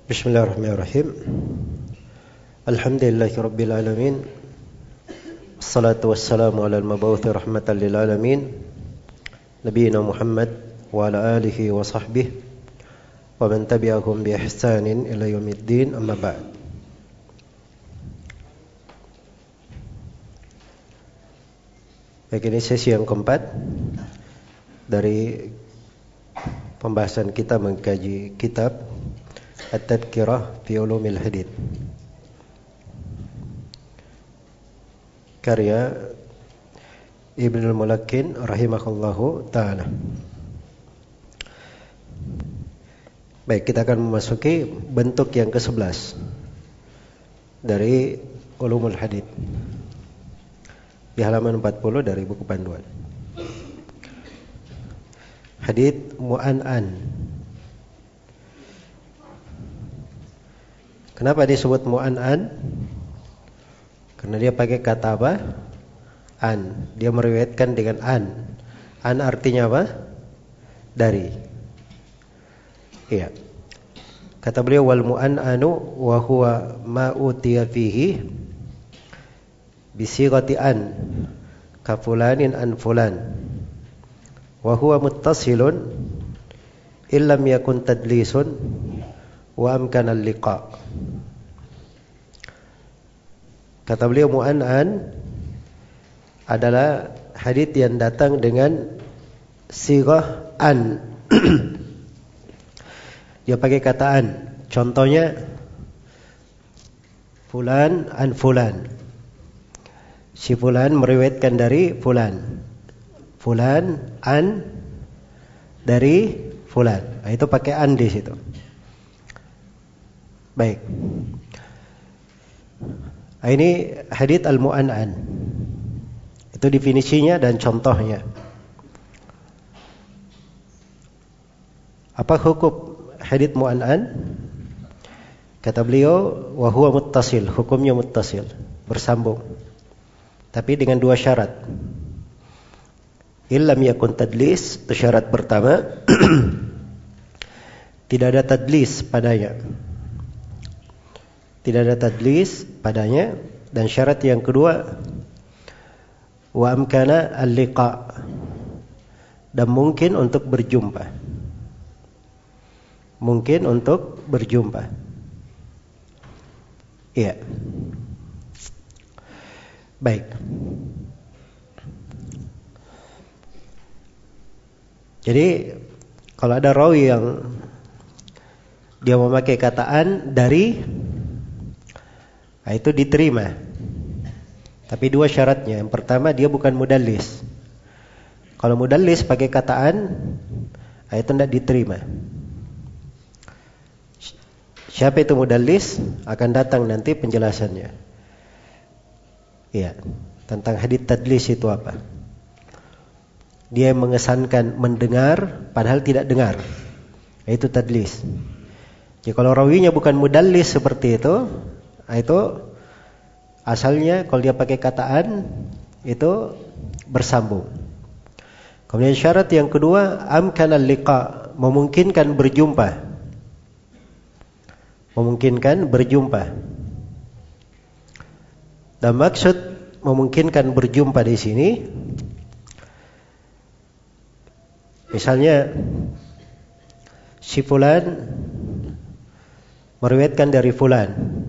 Bismillahirrahmanirrahim. Alhamdulillahi rabbil alamin. Wassalatu wassalamu ala al-mab'uthi rahmatan lil alamin. Nabiyina Muhammad wa ala alihi wa sahbihi wa man tabi'ahum bi ihsanin ila yaumiddin, amma ba'd. Baik, ini sesi yang keempat dari pembahasan kita mengkaji kitab At-Tadhkirah fi Ulumil Hadits karya Ibnul Mulakkin rahimahullahu ta'ala. Baik, kita akan memasuki bentuk yang ke-11 dari Ulumul Hadits di halaman 40 dari buku panduan. Hadits mu'an'an. Kenapa disebut mu'an'an? Karena dia pakai kata apa? An. Dia meriwayatkan dengan an. An artinya apa? Dari. Iya. Kata beliau, wal mu'an'anu wa huwa ma utiya fihi bisighati an ka fulanin an fulan wa huwa muttasilun illam yakun tadlisun wa amkana al-liqa. Kata beliau, mu'an'an adalah hadits yang datang dengan sighah an. Dia pakai kata an. Contohnya fulan an fulan. Si fulan meriwayatkan dari fulan. Fulan an dari fulan. Nah, itu pakai an di situ. Baik. Ini hadits al-mu'an'an. Itu definisinya dan contohnya. Apa hukum hadits mu'an'an? Kata beliau, wa huwa muttasil, hukumnya muttasil, bersambung. Tapi dengan dua syarat. Illam yakun tadlis, itu syarat pertama. Tidak ada tadlis padanya. Tidak ada tadlis padanya. Dan syarat yang kedua, wa amkana al-liqa, dan mungkin untuk berjumpa. Mungkin untuk berjumpa. Iya. Baik. Jadi kalau ada rawi yang dia memakai kataan dari, nah itu diterima. Tapi dua syaratnya. Yang pertama, dia bukan mudallis. Kalau mudallis pakai kataan, nah itu tidak diterima. Siapa itu mudallis? Akan datang nanti penjelasannya. Iya, tentang hadits tadlis itu apa. Dia mengesankan mendengar padahal tidak dengar. Itu tadlis. Jadi kalau rawinya bukan mudallis seperti itu, itu asalnya kalau dia pakai kataan itu bersambung. Kemudian syarat yang kedua, amkanal liqa, memungkinkan berjumpa. Memungkinkan berjumpa. Dan maksud memungkinkan berjumpa di sini, misalnya si fulan meriwayatkan dari fulan.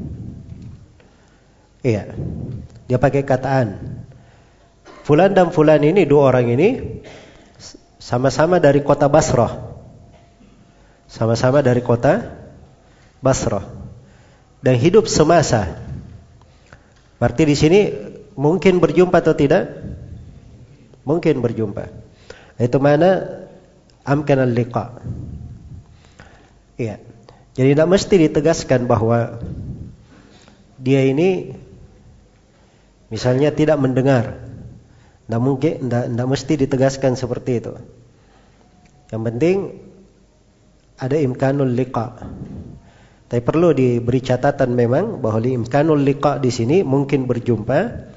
Iya, dia pakai kataan. Fulan dan fulan ini, dua orang ini sama-sama dari kota Basrah. Sama-sama dari kota Basrah. Dan hidup semasa. Berarti di sini mungkin berjumpa atau tidak? Mungkin berjumpa. Itu mana amkanal liqa. Iya. Jadi tidak mesti ditegaskan bahwa dia ini misalnya tidak mendengar. Tidak mesti ditegaskan seperti itu. Yang penting ada imkanul liqa. Tapi perlu diberi catatan memang bahwa imkanul liqa di sini mungkin berjumpa.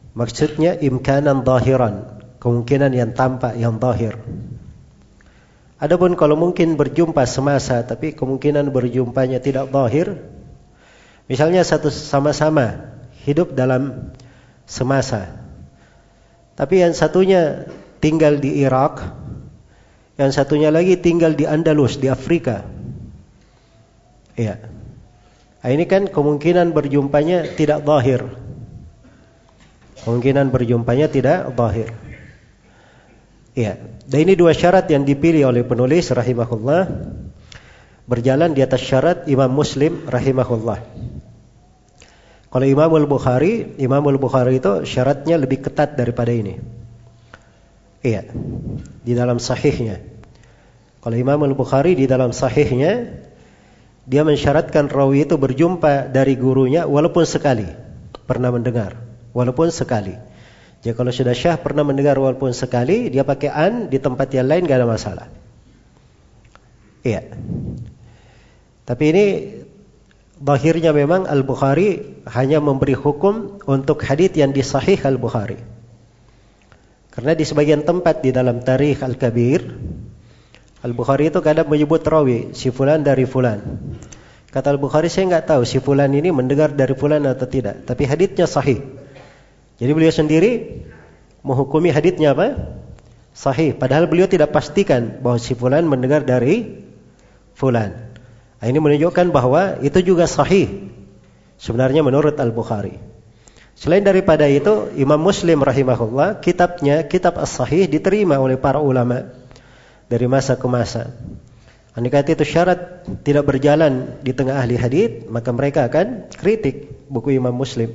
Maksudnya imkanan zahiran, kemungkinan yang tampak, yang zahir. Adapun kalau mungkin berjumpa semasa tapi kemungkinan berjumpanya tidak zahir, misalnya sama-sama hidup dalam semasa, tapi yang satunya tinggal di Irak, yang satunya lagi tinggal di Andalus, di Afrika. Iya. Nah, ini kan kemungkinan berjumpanya tidak zahir. Kemungkinan berjumpanya tidak zahir. Iya. Dan ini dua syarat yang dipilih oleh penulis rahimahullah, berjalan di atas syarat Imam Muslim rahimahullah. Kalau Imam Al-Bukhari itu syaratnya lebih ketat daripada ini. Iya. Di dalam sahihnya. Kalau Imam Al-Bukhari di dalam sahihnya, dia mensyaratkan rawi itu berjumpa dari gurunya walaupun sekali. Pernah mendengar. Walaupun sekali. Jadi kalau sudah syah pernah mendengar walaupun sekali, dia pakai an di tempat yang lain gak ada masalah. Iya. Tapi ini zahirnya memang Al-Bukhari hanya memberi hukum untuk hadits yang di Sahih Al-Bukhari. Karena di sebagian tempat di dalam Tarikh Al-Kabir, Al-Bukhari itu kadang menyebut rawi, si fulan dari fulan. Kata Al-Bukhari, saya enggak tahu si fulan ini mendengar dari fulan atau tidak, tapi haditsnya sahih. Jadi beliau sendiri menghukumi haditsnya apa? Sahih. Padahal beliau tidak pastikan bahwa si fulan mendengar dari fulan. Nah, ini menunjukkan bahwa itu juga sahih sebenarnya menurut Al-Bukhari. Selain daripada itu, Imam Muslim rahimahullah, kitabnya, kitab As-Sahih diterima oleh para ulama dari masa ke masa. Andai kata itu syarat tidak berjalan di tengah ahli hadits, maka mereka akan kritik buku Imam Muslim.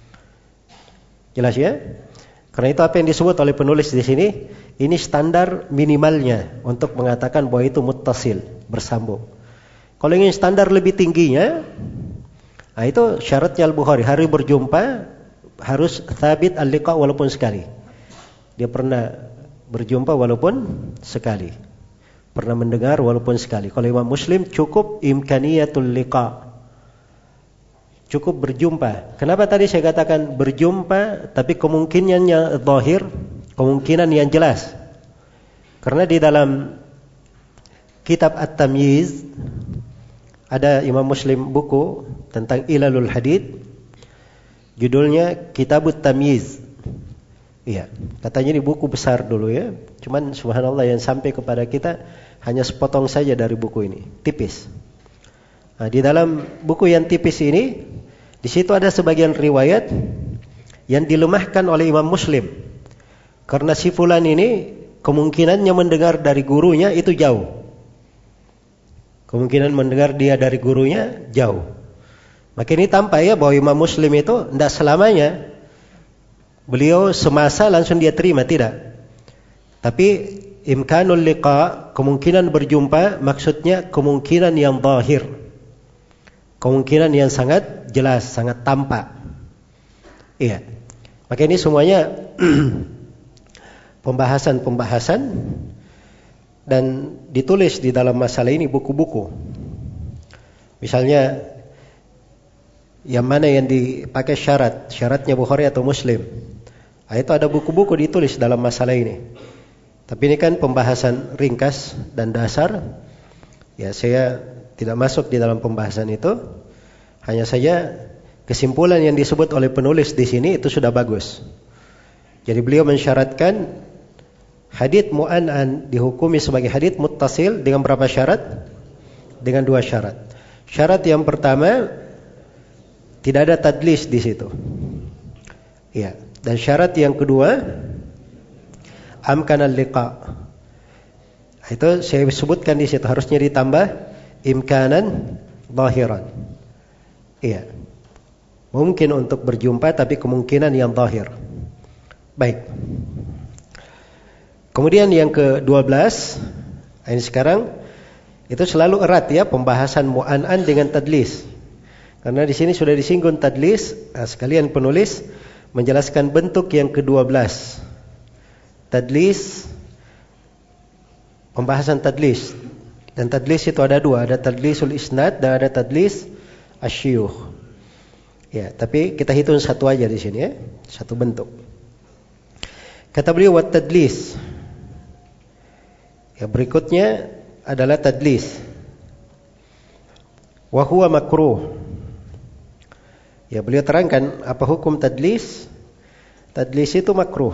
Jelas ya? Karena itu apa yang disebut oleh penulis di sini, ini standar minimalnya untuk mengatakan bahwa itu muttasil, bersambung. Kalau ingin standar lebih tingginya, nah itu syaratnya Al-Bukhari, hari berjumpa harus thabit al-liqa walaupun sekali. Dia pernah berjumpa walaupun sekali. Pernah mendengar walaupun sekali. Kalau Imam Muslim cukup imkaniyatul liqa. Cukup berjumpa. Kenapa tadi saya katakan berjumpa tapi kemungkinannya zahir, kemungkinan yang jelas? Karena di dalam kitab At-Tamyiz ada Imam Muslim buku tentang Ilalul Hadits, judulnya Kitabut Tamyiz. Iya, katanya ini buku besar dulu ya. Cuman subhanallah yang sampai kepada kita hanya sepotong saja dari buku ini, tipis. Nah, di dalam buku yang tipis ini, di situ ada sebagian riwayat yang dilemahkan oleh Imam Muslim. Karena si fulan ini kemungkinannya mendengar dari gurunya itu jauh. Kemungkinan mendengar dia dari gurunya jauh. Maka ini tampak ya bahwa Imam Muslim itu tidak selamanya beliau semasa langsung dia terima, tidak. Tapi imkanul liqa, kemungkinan berjumpa, maksudnya kemungkinan yang zahir. Kemungkinan yang sangat jelas, sangat tampak. Iya. Maka ini semuanya pembahasan-pembahasan dan ditulis di dalam masalah ini buku-buku. Misalnya yang mana yang dipakai syaratnya Bukhari atau Muslim. Nah, itu ada buku-buku ditulis dalam masalah ini. Tapi ini kan pembahasan ringkas dan dasar. Ya, saya tidak masuk di dalam pembahasan itu. Hanya saja kesimpulan yang disebut oleh penulis di sini itu sudah bagus. Jadi beliau mensyaratkan hadits mu'an'an dihukumi sebagai hadits muttasil dengan berapa syarat? Dengan dua syarat. Syarat yang pertama, tidak ada tadlis di situ. Ya. Dan syarat yang kedua, amkanal liqa. Itu saya sebutkan di situ, harusnya ditambah imkanan zahiran. Iya. Mungkin untuk berjumpa tapi kemungkinan yang zahir. Baik. Kemudian yang ke-12, ini sekarang itu selalu erat ya pembahasan mu'an'an dengan tadlis. Karena di sini sudah disinggung tadlis, sekalian penulis menjelaskan bentuk yang ke-12. Tadlis, pembahasan tadlis. Dan tadlis itu ada dua, ada tadlisul isnad dan ada tadlis asyuyukh. Ya, tapi kita hitung satu aja di sini ya, satu bentuk. Kata beliau wat tadlis Ya, berikutnya adalah tadlis. Wa huwa makruh. Ya, beliau terangkan apa hukum tadlis. Tadlis itu makruh.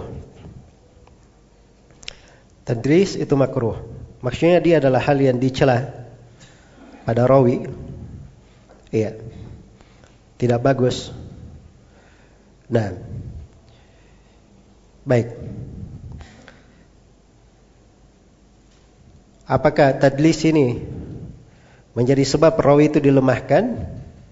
Tadlis itu makruh. Maksudnya dia adalah hal yang dicela pada rawi. Iya. Tidak bagus. Nah. Baik. Apakah tadlis ini menjadi sebab rawi itu dilemahkan?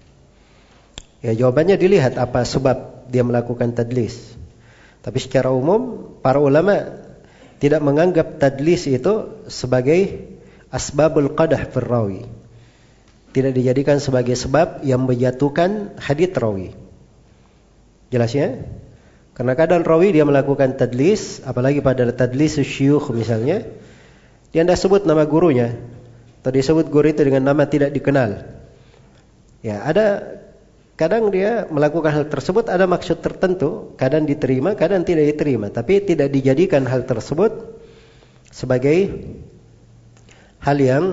Ya, jawabannya dilihat apa sebab dia melakukan tadlis. Tapi secara umum para ulama tidak menganggap tadlis itu sebagai asbabul qadah fil rawi. Tidak dijadikan sebagai sebab yang menjatuhkan hadits rawi. Jelas ya? Karena kadang rawi dia melakukan tadlis, apalagi pada tadlis syuyukh misalnya, dia tidak sebut nama gurunya, atau disebut guru itu dengan nama tidak dikenal. Ya, ada kadang dia melakukan hal tersebut ada maksud tertentu, kadang diterima, kadang tidak diterima, tapi tidak dijadikan hal tersebut sebagai hal yang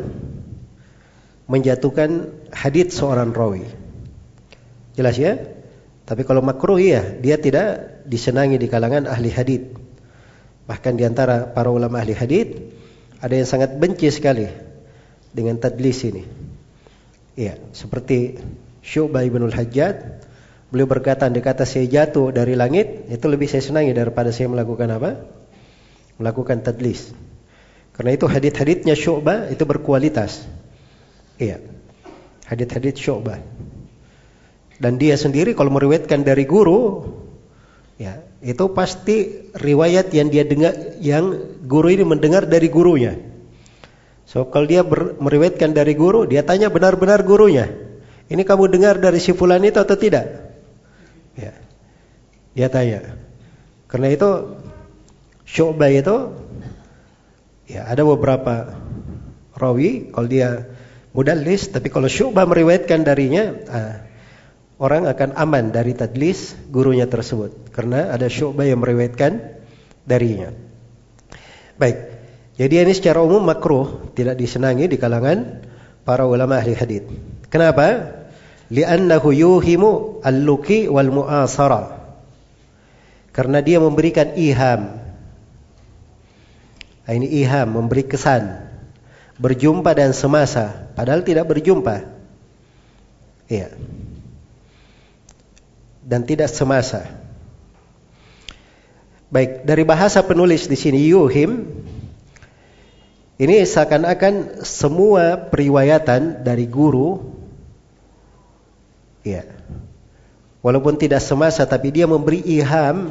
menjatuhkan hadits seorang rawi. Jelas ya? Tapi kalau makruh ya, dia tidak disenangi di kalangan ahli hadits. Bahkan di antara para ulama ahli hadits ada yang sangat benci sekali dengan tadlis ini. Ya, seperti Syu'bah ibnul Hajjaj, beliau berkata, andai kata saya jatuh dari langit, itu lebih saya senangi daripada saya melakukan apa? Melakukan tadlis. Karena itu hadits-haditsnya Syu'bah itu berkualitas. Iya. Hadits-hadits Syu'bah. Dan dia sendiri kalau meriwayatkan dari guru, ya, itu pasti riwayat yang dia dengar, yang guru ini mendengar dari gurunya. So kalau dia meriwayatkan dari guru, dia tanya benar-benar gurunya, ini kamu dengar dari si fulan itu atau tidak? Ya. Dia tanya. Karena itu Syu'bah itu ya ada beberapa rawi kalau dia mudallis, tapi kalau Syu'bah meriwayatkan darinya, orang akan aman dari tadlis gurunya tersebut karena ada Syu'bah yang meriwayatkan darinya. Baik. Jadi ini secara umum makruh, tidak disenangi di kalangan para ulama ahli hadits. Kenapa? Li'annahu yuhimu al-luki wal mu'asara. Karena dia memberikan iham. Ini iham, memberi kesan berjumpa dan semasa, padahal tidak berjumpa. Iya. Dan tidak semasa. Baik, dari bahasa penulis di sini yuhim, ini seakan-akan semua periwayatan dari guru, ya, walaupun tidak semasa, tapi dia memberi iham,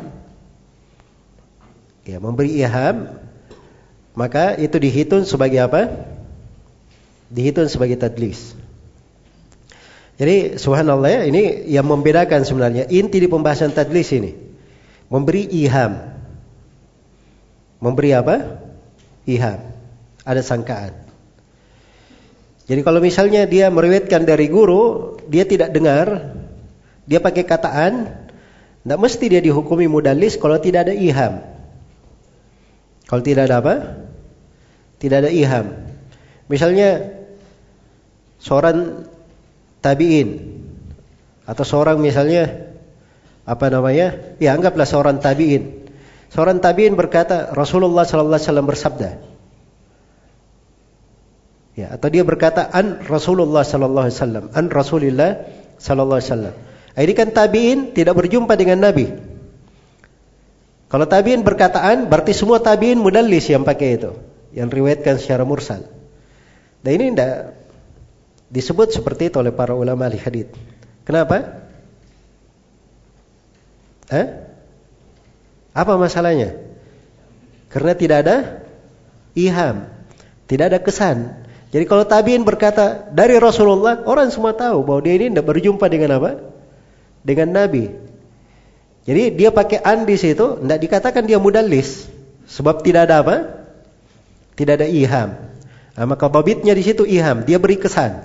ya, memberi iham, maka itu dihitung sebagai apa? Dihitung sebagai tadlis. Jadi subhanallah ya, ini yang membedakan sebenarnya inti di pembahasan tadlis ini. Memberi iham. Memberi apa? Iham. Ada sangkaan. Jadi kalau misalnya dia meriwayatkan dari guru, dia tidak dengar, dia pakai kataan, tidak mesti dia dihukumi mudallis kalau tidak ada iham. Kalau tidak ada apa? Tidak ada iham. Misalnya seorang tabi'in atau seorang misalnya apa namanya? Ya, anggaplah seorang tabi'in. Seorang tabi'in berkata Rasulullah sallallahu alaihi wasallam bersabda. Ya, atau dia berkata an Rasulullah sallallahu alaihi wasallam, an Rasulillah sallallahu alaihi wasallam. Ini kan tabi'in tidak berjumpa dengan Nabi. Kalau tabi'in berkataan, berarti semua tabi'in mudallis yang pakai itu, yang riwayatkan secara mursal. Dan ini tidak disebut seperti itu oleh para ulama ahli hadits. Kenapa? Apa masalahnya? Karena tidak ada iham, tidak ada kesan. Jadi kalau tabi'in berkata dari Rasulullah, orang semua tahu bahwa dia ini tidak berjumpa dengan apa? Dengan Nabi. Jadi dia pakai an di situ, tidak dikatakan dia mudallis, sebab tidak ada apa? Tidak ada iham. Nah, maka babitnya di situ iham, dia beri kesan.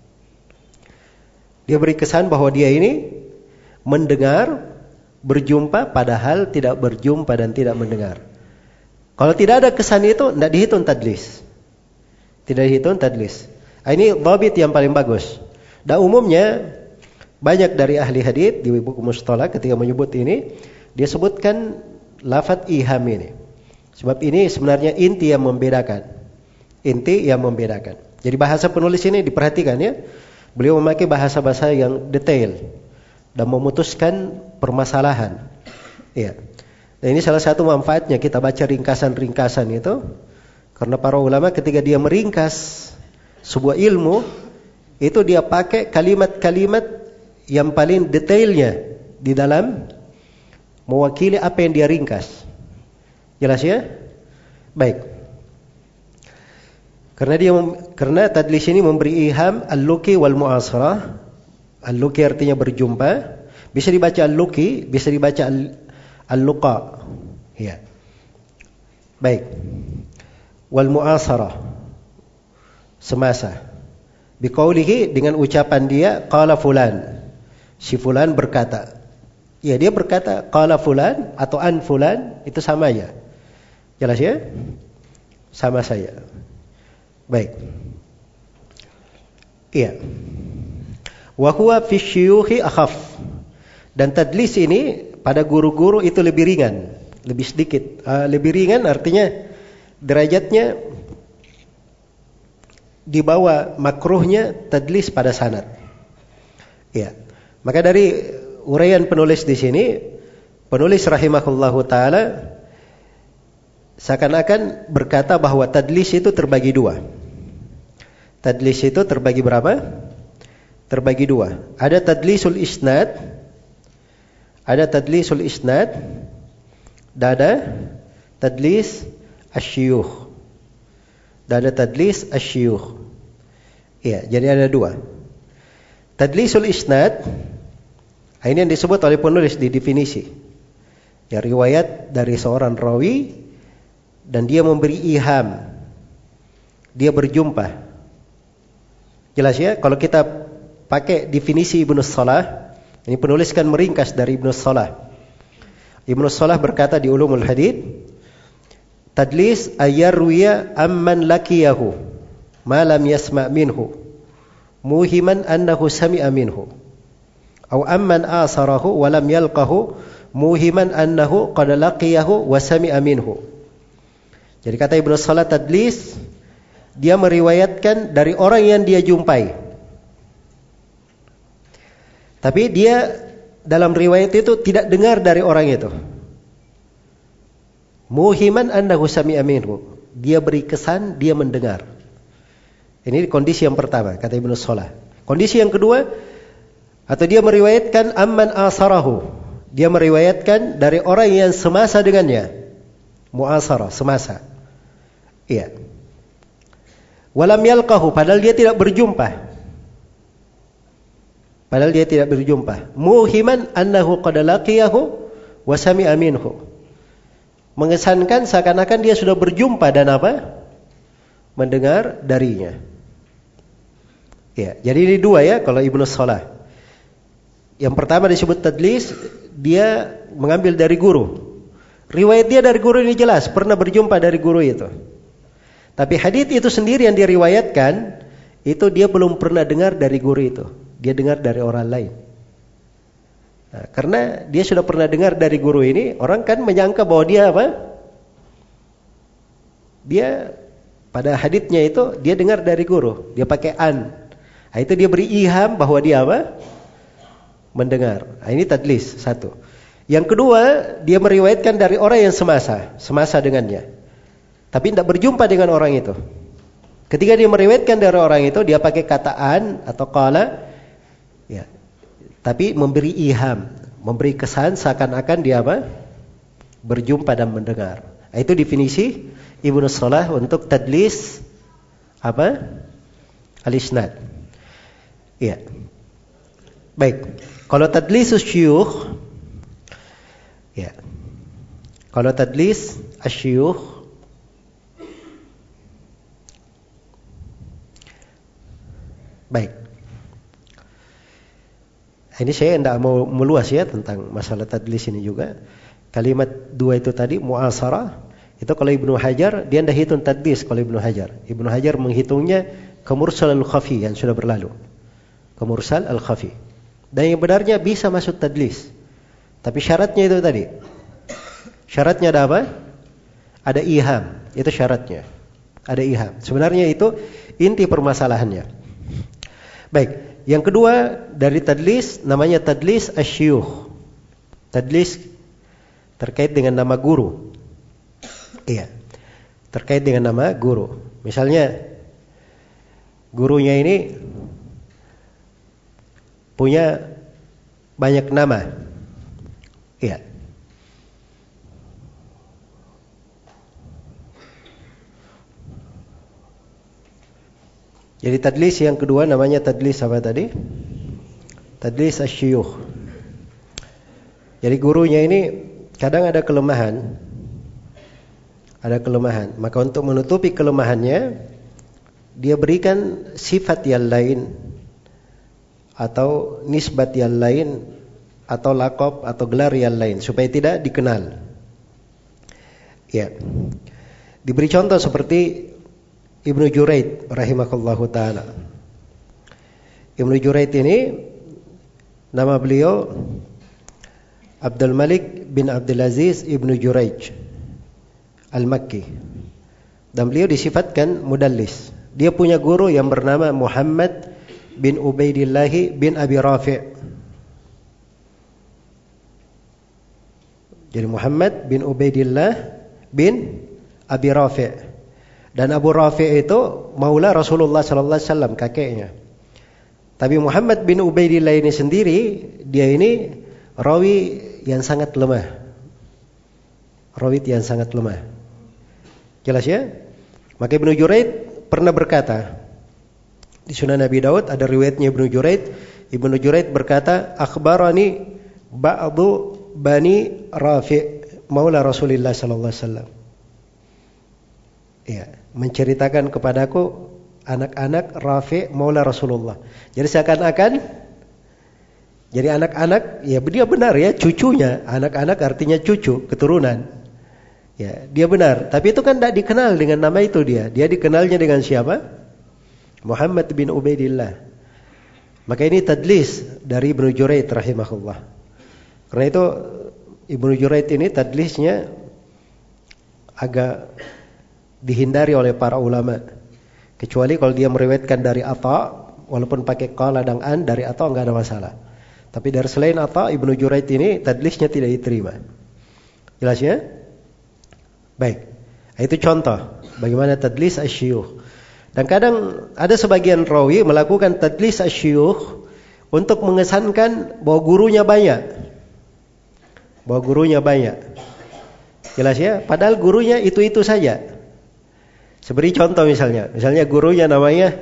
Dia beri kesan bahwa dia ini mendengar, berjumpa, padahal tidak berjumpa dan tidak mendengar. Kalau tidak ada kesan itu, tidak dihitung tadlis. Tidak dihitung tadlis. Ini dhabit yang paling bagus. Dan umumnya banyak dari ahli hadits di buku mustalah ketika menyebut ini, dia sebutkan lafaz iham ini. Sebab ini sebenarnya inti yang membedakan. Inti yang membedakan. Jadi bahasa penulis ini diperhatikan ya. Beliau memakai bahasa-bahasa yang detail dan memutuskan permasalahan. Ya. Dan ini salah satu manfaatnya kita baca ringkasan-ringkasan itu. Karena para ulama ketika dia meringkas sebuah ilmu, itu dia pakai kalimat-kalimat yang paling detailnya di dalam mewakili apa yang dia ringkas. Jelas ya? Baik. Karena tadlis ini memberi iham al-luqi wal mu'asarah. Al-luqi artinya berjumpa. Bisa dibaca al-luqi, bisa dibaca al-luqa. Ya. Baik. Wal mu'asarah. Semasa. Biqaulihi, dengan ucapan dia, qala fulan. Si fulan berkata. Ya, dia berkata qala fulan atau an fulan, itu sama ya. Jelas ya? Sama saya. Baik. Iya. Wa huwa fi syuyukhi akhaf. Dan tadlis ini pada guru-guru itu lebih ringan, lebih sedikit. Lebih ringan artinya derajatnya di bawah makruhnya tadlis pada sanad. Iya. Maka dari uraian penulis di sini, penulis rahimahullahu taala seakan-akan berkata bahwa tadlis itu terbagi dua. Tadlis itu terbagi berapa? Terbagi dua. Ada tadlisul isnad, ada tadlisul isnad, dan ada tadlis asyuyukh. Dan ada tadlis asyuyukh. Iya, jadi ada dua. Tadlisul isnad, ini yang disebut oleh penulis di definisi. Ya, riwayat dari seorang rawi dan dia memberi iham. Dia berjumpa. Jelas ya? Kalau kita pakai definisi Ibnu Shalah, ini penulis kan meringkas dari Ibnu Shalah. Ibnu Shalah berkata di Ulumul Hadits, tadlis ayyarwiya amman laqiyahu ma lam yasma' minhu muhiman annahu sami'a minhu aw amman asarahu wa lam yalqahu muhiman annahu qad laqiyahu wa sami'a minhu. Jadi kata Ibnu Shalah, tadlis dia meriwayatkan dari orang yang dia jumpai. Tapi dia dalam riwayat itu tidak dengar dari orang itu. Muhiman annahu sami'a minhu. Dia beri kesan dia mendengar. Ini kondisi yang pertama kata Ibnu Shalah. Kondisi yang kedua, atau dia meriwayatkan amman asarahu. Dia meriwayatkan dari orang yang semasa dengannya. Mu'asarah, semasa. Iya. Walam yalqahu, padahal dia tidak berjumpa. Padahal dia tidak berjumpa. Muhiman annahu qad laqiyahu wa sami'a minhu. Mengesankan seakan-akan dia sudah berjumpa dan apa? Mendengar darinya. Ya, jadi ini dua ya kalau Ibnu Shalah. Yang pertama disebut tadlis, dia mengambil dari guru. Riwayat dia dari guru ini jelas, pernah berjumpa dari guru itu. Tapi hadits itu sendiri yang diriwayatkan, itu dia belum pernah dengar dari guru itu. Dia dengar dari orang lain. Nah, karena dia sudah pernah dengar dari guru ini, orang kan menyangka bahwa dia apa? Dia pada haditsnya itu dia dengar dari guru, dia pakai an. Nah, itu dia beri iham bahwa dia apa? Mendengar. Nah, ini tadlis satu. Yang kedua, dia meriwayatkan dari orang yang semasa dengannya. Tapi tidak berjumpa dengan orang itu. Ketika dia meriwayatkan dari orang itu, dia pakai kata an atau qala, ya. Tapi memberi iham, memberi kesan seakan-akan dia apa? Berjumpa dan mendengar. Nah, itu definisi Ibnu Shalah untuk tadlis apa? Al-isnad. Iya. Baik. Kalau tadlis asyuyukh, ya. Kalau tadlis asyuyukh, baik. Ini saya tidak mau meluas ya tentang masalah tadlis ini juga. Kalimat dua itu tadi mu'asarah. Itu kalau Ibnu Hajar, dia tidak hitung tadlis kalau Ibnu Hajar. Ibnu Hajar menghitungnya kemursal al-khafi yang sudah berlalu. Kemursal al-khafi. Dan yang benarnya bisa masuk tadlis. Tapi syaratnya itu tadi. Syaratnya ada apa? Ada iham. Itu syaratnya. Ada iham. Sebenarnya itu inti permasalahannya. Baik. Yang kedua dari tadlis namanya tadlis asyuyukh. Tadlis terkait dengan nama guru. Iya. Terkait dengan nama guru. Misalnya gurunya ini punya banyak nama. Iya. Jadi tadlis yang kedua namanya tadlis apa tadi? Tadlis asyuyukh. Jadi gurunya ini kadang ada kelemahan. Ada kelemahan. Maka untuk menutupi kelemahannya, dia berikan sifat yang lain atau nisbat yang lain atau laqab atau gelar yang lain supaya tidak dikenal. Ya. Diberi contoh seperti Ibnu Juraid rahimahullahu taala. Ibnu Juraid ini nama beliau Abdul Malik bin Abdul Aziz Ibnu Juraij Al-Makki. Dan beliau disifatkan mudallis. Dia punya guru yang bernama Muhammad bin Ubaidillah bin Abi Rafi'. Jadi Muhammad bin Ubaidillah bin Abi Rafi'. Dan Abu Rafi' itu maula Rasulullah sallallahu alaihi wasallam, kakeknya. Tapi Muhammad bin Ubaidillah ini sendiri, dia ini rawi yang sangat lemah. Rawi yang sangat lemah. Jelas ya? Maka Ibnu Juraid pernah berkata, di Sunan Abi Daud ada riwayatnya Ibnu Juraid. Ibnu Juraid berkata, akhbarani ba'du bani Rafi' maula Rasulullah sallallahu alaihi wasallam. Ya, menceritakan kepadaku anak-anak Rafi' maula Rasulullah. Jadi seakan-akan jadi anak-anak, ya dia benar ya, cucunya. Anak-anak artinya cucu, keturunan. Ya, dia benar. Tapi itu kan tidak dikenal dengan nama itu dia. Dia dikenalnya dengan siapa? Muhammad bin Ubaidillah. Maka ini tadlis dari Ibnu Juraid rahimahullah. Karena itu Ibnu Juraid ini tadlisnya agak dihindari oleh para ulama. Kecuali kalau dia meriwayatkan dari Atha, walaupun pakai qala dan an, dari Atha enggak ada masalah. Tapi dari selain Atha, Ibnu Juraid ini tadlisnya tidak diterima. Jelas ya? Baik. Itu contoh bagaimana tadlis asyuyukh. Dan kadang ada sebagian rawi melakukan tadlis asyuyukh untuk mengesankan bahwa gurunya banyak. Bahwa gurunya banyak. Jelas ya? Padahal gurunya itu-itu saja. Seperti contoh misalnya gurunya namanya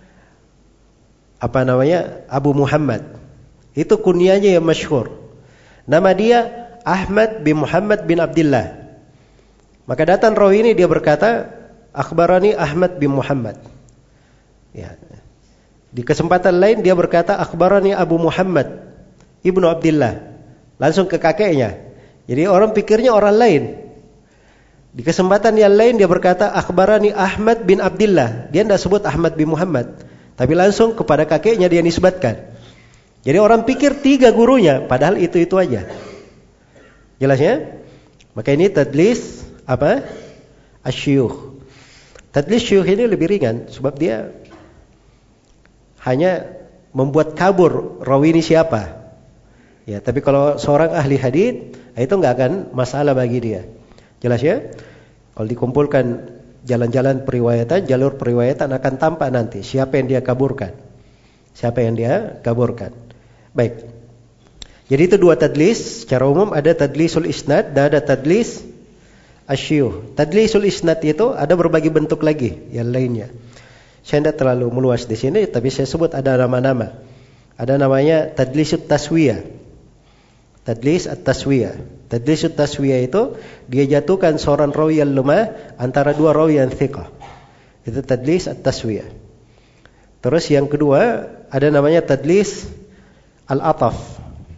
Abu Muhammad. Itu kunyahnya yang masyhur. Nama dia Ahmad bin Muhammad bin Abdullah. Maka datang rawi ini dia berkata, akhbarani Ahmad bin Muhammad. Ya. Di kesempatan lain dia berkata, akhbarani Abu Muhammad ibnu Abdullah. Langsung ke kakeknya. Jadi orang pikirnya orang lain. Di kesempatan yang lain dia berkata, akhbarani Ahmad bin Abdullah. Dia tidak sebut Ahmad bin Muhammad, tapi langsung kepada kakeknya dia nisbatkan. Jadi orang pikir 3 gurunya, padahal itu-itu aja. Jelas ya? Maka ini tadlis apa? Asyuyukh. Tadlis syuyukh ini lebih ringan sebab dia hanya membuat kabur rawi ini siapa. Ya, tapi kalau seorang ahli hadits, itu enggak akan masalah bagi dia. Jelas ya? Kalau dikumpulkan jalan-jalan periwayatan, jalur periwayatan akan tampak nanti siapa yang dia kaburkan. Siapa yang dia kaburkan. Baik. Jadi itu 2 tadlis. Secara umum ada tadlisul isnad dan ada tadlis asyuyukh. Tadlisul isnad itu ada berbagai bentuk lagi yang lainnya. Saya tidak terlalu meluas di sini, tapi saya sebut ada nama-nama. Ada namanya tadlisut taswiyah. Tadlis at-taswiyah. Tadlisut taswiyah itu dia jatuhkan seorang rawi yang lemah antara 2 rawi yang thiqah. Itu tadlis at-taswiyah. Terus yang kedua ada namanya tadlis al-ataf.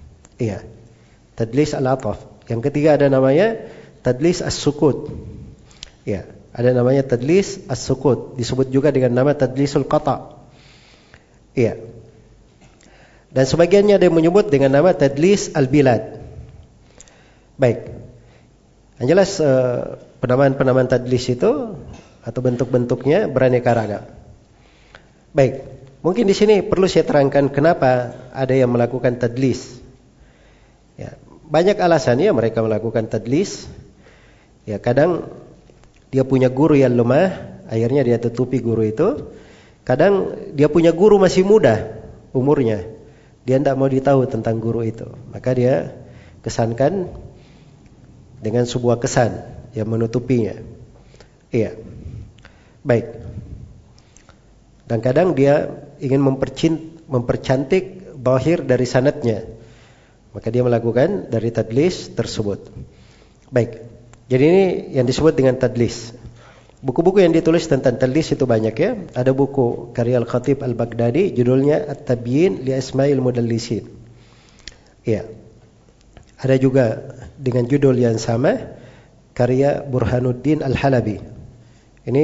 Iya. Tadlis al-ataf. Yang ketiga ada namanya tadlis as-sukut. Ya, ada namanya tadlis as-sukut, disebut juga dengan nama tadlisul qata. Iya. Dan sebagiannya ada yang menyebut dengan nama tadlis al-bilad. Baik. Yang jelas penamaan-penamaan tadlis itu atau bentuk-bentuknya beraneka ragam. Baik. Mungkin di sini perlu saya terangkan kenapa ada yang melakukan tadlis. Ya, banyak alasannya mereka melakukan tadlis. Ya, kadang dia punya guru yang lemah, akhirnya dia tutupi guru itu. Kadang dia punya guru masih muda umurnya, dia tidak mau ditahu tentang guru itu, maka dia kesankan dengan sebuah kesan yang menutupinya. Iya, baik. Dan kadang dia ingin mempercantik zahir dari sanadnya, maka dia melakukan dari tadlis tersebut. Baik. Jadi ini yang disebut dengan tadlis. Buku-buku yang ditulis tentang tadlis itu banyak ya. Ada buku karya Al-Khatib Al-Baghdadi judulnya At-Tabyin li Asma'il Mudallisin. Ya. Ada juga dengan judul yang sama karya Burhanuddin Al-Halabi. Ini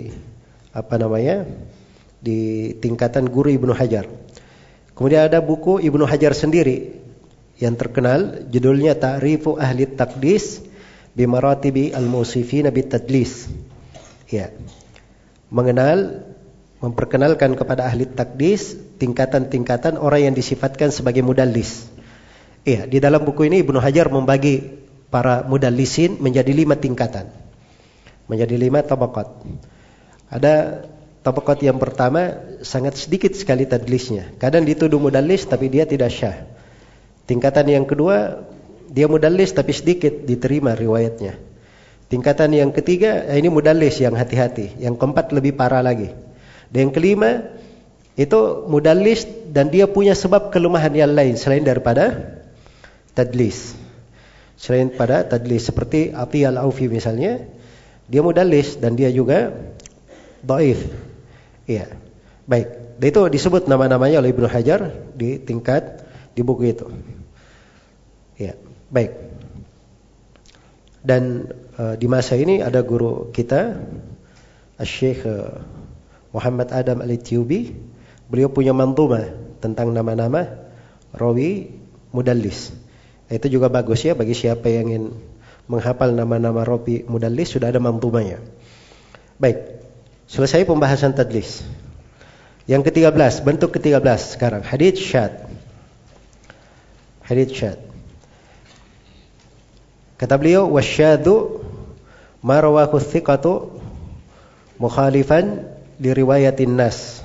di tingkatan guru Ibnu Hajar. Kemudian ada buku Ibnu Hajar sendiri yang terkenal judulnya Ta'rifu Ahli Taqdis bi Maratibi Al-Musifina bit Tadlis. Ya. Memperkenalkan kepada ahli takdis tingkatan-tingkatan orang yang disifatkan sebagai mudallis. Iya, di dalam buku ini Ibnu Hajar membagi para mudallisin menjadi 5 tingkatan. Menjadi 5 tabaqat. Ada tabaqat yang pertama sangat sedikit sekali tadlisnya. Kadang dituduh mudallis tapi dia tidak syah. Tingkatan yang kedua dia mudallis tapi sedikit diterima riwayatnya. Tingkatan yang ketiga, ini mudallis yang hati-hati. Yang keempat lebih parah lagi. Dan yang kelima, itu mudallis dan dia punya sebab kelemahan yang lain selain daripada tadlis. Selain pada tadlis, seperti Ati al-Aufi misalnya, dia mudallis dan dia juga dhaif. Iya. Baik. Dan itu disebut nama-namanya oleh Ibnu Hajar di buku itu. Iya. Baik. Dan di masa ini ada guru kita Syekh Muhammad Adam Al-Ityubi. Beliau punya manzumah tentang nama-nama rawi mudallis. Itu juga bagus ya bagi siapa yang ingin menghafal nama-nama rawi mudallis, sudah ada manzumahnya. Baik. Selesai pembahasan tadlis. Yang ke-13, bentuk ke-13 sekarang, hadits syadz. Hadits syadz. Kata beliau, wasyadzu ma rawahu thiqatu mukhalifan li riwayatin nas.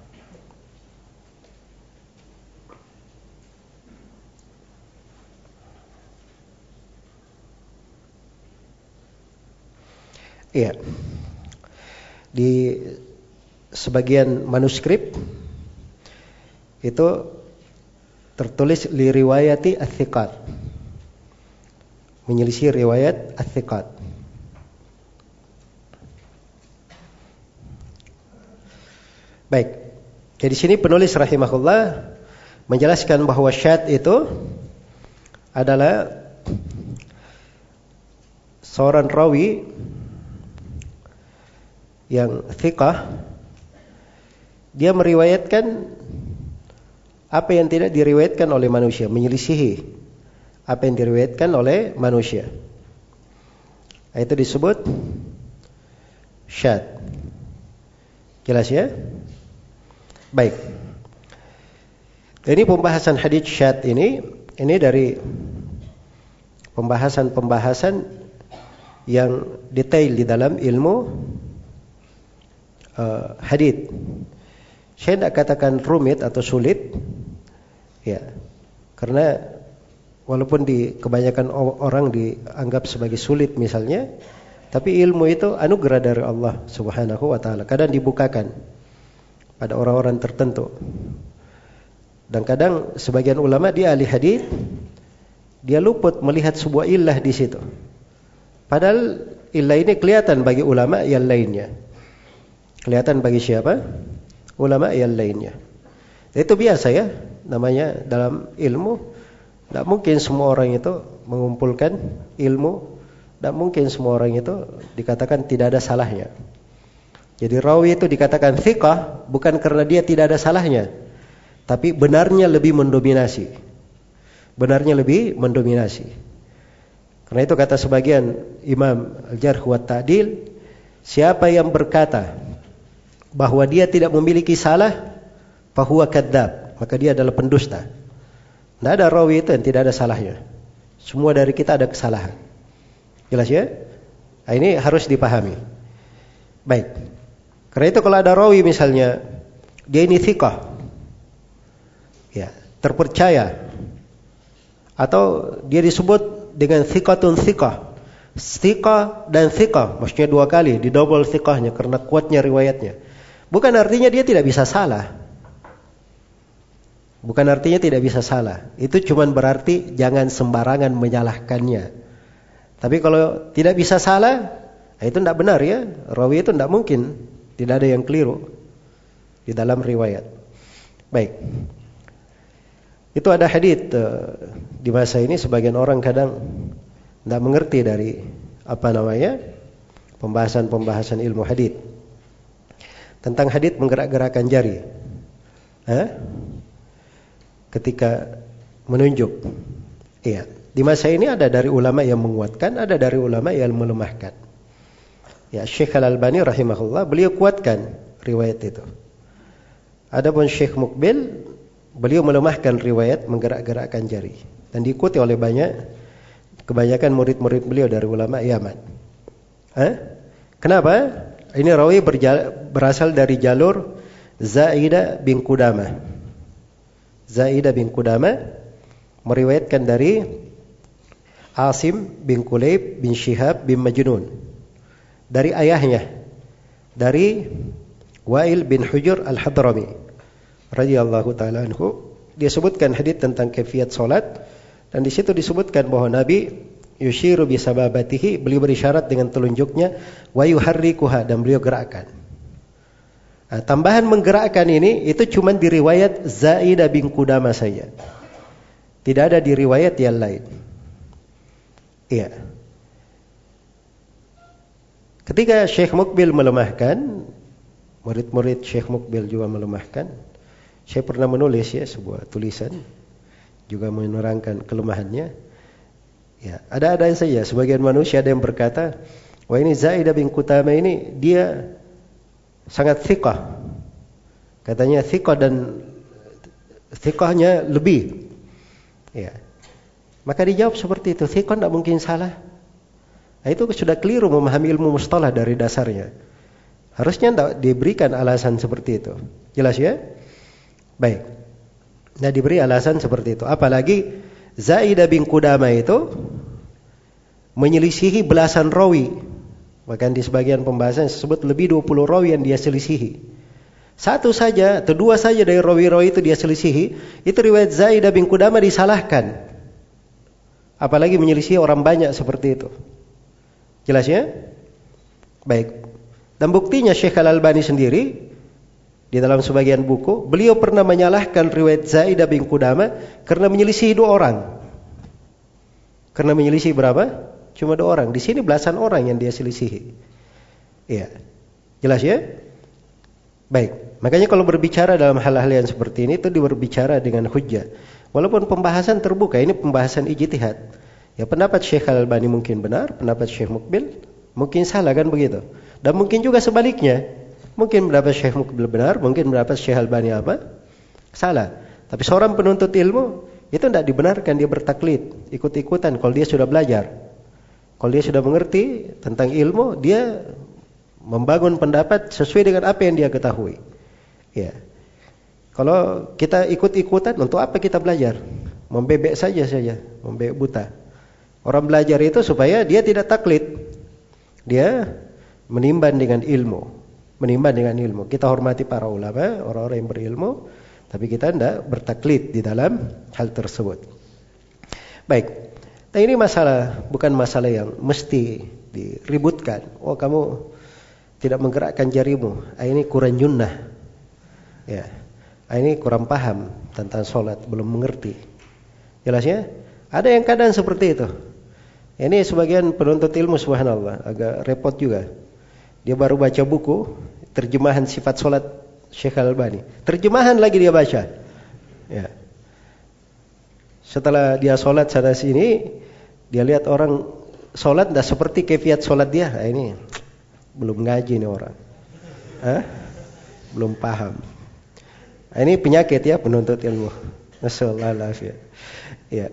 Iya. Di sebagian manuskrip itu tertulis li riwayati ats-thiqat. Menyelisih riwayat ats-thiqat. Baik. Jadi sini penulis rahimahullah menjelaskan bahwa syadz itu adalah seorang rawi yang thiqah, dia meriwayatkan apa yang tidak diriwayatkan oleh manusia, menyelisihi apa yang diriwayatkan oleh manusia. Itu disebut syadz. Jelas ya? Baik. Ini pembahasan hadits syadz ini dari pembahasan yang detail di dalam ilmu hadits. Saya tidak katakan rumit atau sulit, ya, karena walaupun di kebanyakan orang dianggap sebagai sulit misalnya, tapi ilmu itu anugerah dari Allah Subhanahu wa taala. Kadang dibukakan pada orang-orang tertentu. Dan kadang sebagian ulama dia ahli hadis, dia luput melihat sebuah illah di situ. Padahal illah ini kelihatan bagi ulama yang lainnya. Kelihatan bagi siapa? Ulama yang lainnya. Itu biasa ya, namanya dalam ilmu. Tidak mungkin semua orang itu mengumpulkan ilmu Tidak mungkin semua orang itu dikatakan tidak ada salahnya. Jadi rawi itu dikatakan thiqah bukan karena dia tidak ada salahnya, tapi benarnya lebih mendominasi. Benarnya lebih mendominasi. Karena itu kata sebagian Imam Al-Jarh wa Ta'dil, siapa yang berkata bahwa dia tidak memiliki salah, fahuwa kadzdzab, maka dia adalah pendusta. Tidak ada rawi itu yang tidak ada salahnya. Semua dari kita ada kesalahan. Jelas ya? Nah, ini harus dipahami. Baik. Karena itu kalau ada rawi misalnya, dia ini thiqah, ya, terpercaya, atau dia disebut dengan thiqatun thiqah. Thiqah dan thiqah, maksudnya dua kali, di double thiqahnya karena kuatnya riwayatnya. Bukan artinya dia tidak bisa salah. Bukan artinya tidak bisa salah. Itu cuma berarti jangan sembarangan menyalahkannya. Tapi kalau tidak bisa salah, itu tidak benar ya. Rawi itu tidak mungkin. Tidak ada yang keliru di dalam riwayat. Baik. Itu ada hadits di masa ini sebagian orang kadang tidak mengerti dari pembahasan ilmu hadits. Tentang hadits menggerak-gerakkan jari. Ketika menunjuk. Iya. Di masa ini ada dari ulama yang menguatkan, ada dari ulama yang melemahkan. Ya, Syekh Al-Albani rahimahullah, beliau kuatkan riwayat itu. Adapun Syekh Muqbil, beliau melemahkan riwayat menggerak-gerakkan jari. Dan diikuti oleh kebanyakan murid-murid beliau dari ulama Yaman. Kenapa? Ini rawi berasal dari jalur Zaidah bin Qudamah. Zaidah bin Qudamah meriwayatkan dari Asim bin Kulayb bin Shihab bin Majnun. Dari ayahnya, dari Wa'il bin Hujur Al-Hadrami radhiyallahu ta'ala anhu. Dia sebutkan hadits tentang kaifiyat salat, dan di situ disebutkan bahwa Nabi yushiru bi sababatihi, beliau berisyarat dengan telunjuknya, wa yuharrikuha, dan beliau gerakkan. Nah, tambahan menggerakkan ini itu cuma di riwayat Zaidah bin Qudamah saja. Tidak ada di riwayat yang lain. Iya. Ketika Syekh Muqbil melemahkan, murid-murid Syekh Muqbil juga melemahkan. Saya pernah menulis ya sebuah tulisan juga menerangkan kelemahannya. Ya, ada saja sebagian manusia ada yang berkata, wah ini Zaidah bin Qudamah ini dia sangat thiqah. Katanya thiqah dan thiqahnya lebih. Ya. Maka dijawab seperti itu, thiqah tidak mungkin salah. Nah, itu sudah keliru memahami ilmu mustalah dari dasarnya. Harusnya tidak diberikan alasan seperti itu. Jelas ya? Baik. Nah, diberi alasan seperti itu. Apalagi Zaidah bin Qudamah itu menyelisihi belasan rawi. Bahkan di sebagian pembahasan disebut lebih 20 rawi yang dia selisihi. Satu saja atau dua saja dari rawi-rawi itu dia selisihi, itu riwayat Zaidah bin Qudamah disalahkan. Apalagi menyelisihi orang banyak seperti itu. Jelas ya? Baik. Dan buktinya Syekh Al-Albani sendiri di dalam sebagian buku, beliau pernah menyalahkan riwayat Zaidah bin Qudamah karena menyelisihi 2 orang. Karena menyelisihi berapa? Cuma 2 orang. Di sini belasan orang yang dia selisihi. Iya. Jelas ya? Baik. Makanya kalau berbicara dalam hal-hal yang seperti ini itu berbicara dengan hujjah. Walaupun pembahasan terbuka, ini pembahasan ijtihad. Ya, pendapat Syekh Al-Albani mungkin benar, pendapat Syekh Muqbil mungkin salah, kan begitu. Dan mungkin juga sebaliknya. Mungkin pendapat Syekh Muqbil benar, mungkin pendapat Syekh Al-Albani salah. Tapi seorang penuntut ilmu itu tidak dibenarkan dia bertaklid, ikut-ikutan kalau dia sudah belajar. Kalau dia sudah mengerti tentang ilmu, dia membangun pendapat sesuai dengan apa yang dia ketahui. Ya. Kalau kita ikut-ikutan, untuk apa kita belajar? Membebek saja, membebek buta. Orang belajar itu supaya dia tidak taklid. Dia menimbang dengan ilmu. Kita hormati para ulama, orang-orang yang berilmu, tapi kita tidak bertaklid di dalam hal tersebut. Baik. Nah, ini bukan masalah yang mesti diributkan. Oh, kamu tidak menggerakkan jarimu. Ini kurang junnah. Ya. Ini kurang paham tentang sholat, belum mengerti. Jelasnya? Ada yang kadang seperti itu. Ini sebagian penuntut ilmu subhanallah agak repot juga. Dia baru baca buku terjemahan sifat solat Syekh Al-Albani. Terjemahan lagi dia baca. Ya. Setelah dia solat sana sini, dia lihat orang solat tidak seperti kefiat solat dia. Nah, ini belum ngaji nih orang. Belum paham. Nah, ini penyakit ya penuntut ilmu. Nasallallahu ya.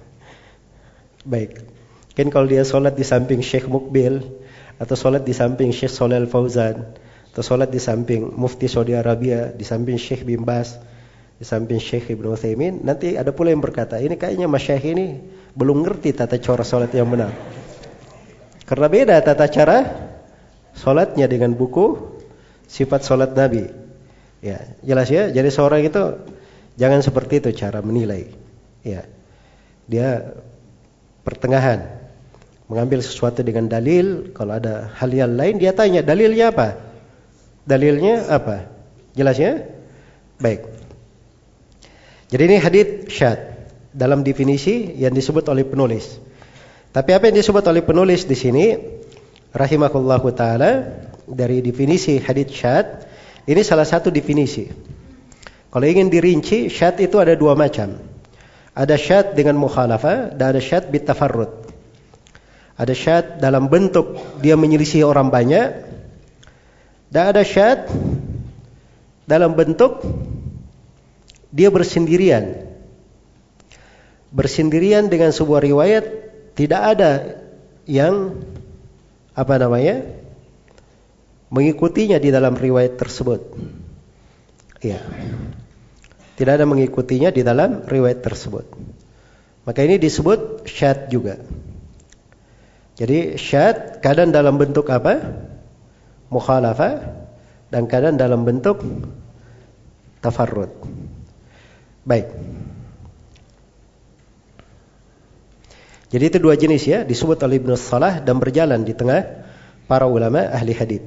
Baik. Kan kalau dia sholat di samping Syekh Mukbil, atau sholat di samping Syekh Shalih Al-Fauzan, atau sholat di samping Mufti Saudi Arabia, di samping Syekh bin Baz, di samping Syekh Ibnu Utsaimin, nanti ada pula yang berkata, ini kayaknya masyayikh ini belum ngerti tata cara sholat yang benar. Karena beda tata cara sholatnya dengan buku sifat sholat Nabi. Ya, jelas ya. Jadi seorang itu jangan seperti itu cara menilai. Ya, dia pertengahan. Mengambil sesuatu dengan dalil, kalau ada hal yang lain dia tanya, dalilnya apa? Dalilnya apa? Jelas ya? Baik. Jadi ini hadits syadz dalam definisi yang disebut oleh penulis. Tapi apa yang disebut oleh penulis di sini rahimahullahu taala dari definisi hadits syadz, ini salah satu definisi. Kalau ingin dirinci, syadz itu ada dua macam. Ada syadz dengan mukhalafah dan ada syadz bitafarrud. Ada syadz dalam bentuk dia menyelisih orang banyak, dan ada syadz dalam bentuk dia bersendirian. Bersendirian dengan sebuah riwayat, tidak ada yang mengikutinya di dalam riwayat tersebut. Iya. Tidak ada mengikutinya di dalam riwayat tersebut. Maka ini disebut syadz juga. Jadi syadz kadang dalam bentuk apa? Mukhalafah, dan kadang dalam bentuk tafarrud. Baik. Jadi itu dua jenis ya, disebut oleh Ibnu Salah dan berjalan di tengah para ulama ahli hadits.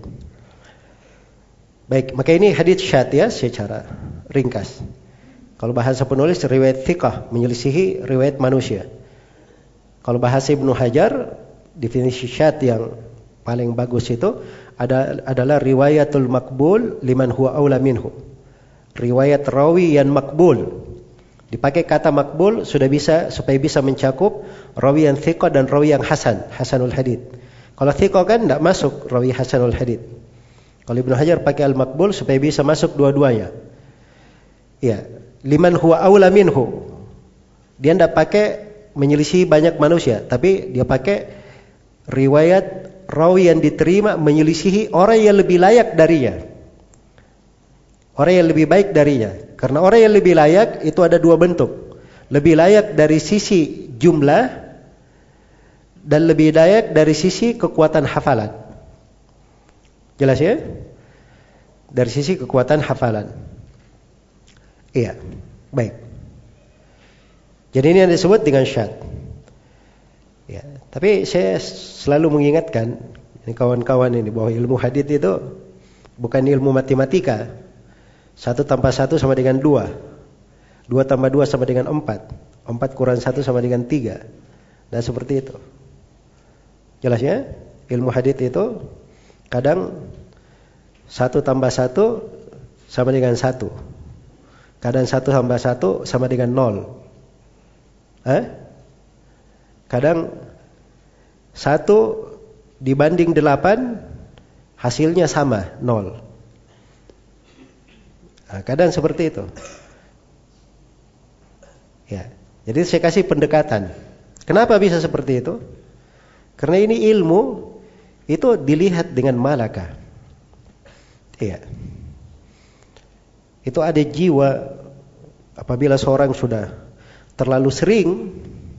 Baik, maka ini hadits syadz ya secara ringkas. Kalau bahasa penulis riwayat thiqah menyelisihi riwayat manusia. Kalau bahasa Ibnu Hajar, definisi syadz yang paling bagus itu adalah riwayatul makbul liman huwa aula minhu. Riwayat rawi yang makbul. Dipakai kata makbul sudah bisa supaya bisa mencakup rawi yang thiqah dan rawi yang hasanul hadits. Kalau thiqah kan tidak masuk rawi hasanul hadits. Kalau Ibnu Hajar pakai al-makbul supaya bisa masuk dua-duanya. Ya, liman huwa aula minhu. Dia tidak pakai menyelisih banyak manusia, tapi dia pakai riwayat rawi yang diterima menyelisihi orang yang lebih layak darinya. Orang yang lebih baik darinya. Karena orang yang lebih layak itu ada dua bentuk. Lebih layak dari sisi jumlah dan lebih layak dari sisi kekuatan hafalan. Jelas ya? Dari sisi kekuatan hafalan. Iya. Baik. Jadi ini yang disebut dengan syadz. Ya, tapi saya selalu mengingatkan ini kawan-kawan ini bahwa ilmu hadits itu bukan ilmu matematika. 1 tambah 1 sama dengan 2. 2 tambah 2 sama dengan 4. 4 kurang 1 sama dengan 3. Dan seperti itu. Jelas ya? Ilmu hadits itu kadang 1 tambah 1 sama dengan 1. Kadang 1 tambah 1 sama dengan 0. Kadang 1 dibanding 8 hasilnya sama 0. Nah, kadang seperti itu. Ya, jadi saya kasih pendekatan. Kenapa bisa seperti itu? Karena ini ilmu itu dilihat dengan malaka. Iya. Itu ada jiwa apabila seorang sudah terlalu sering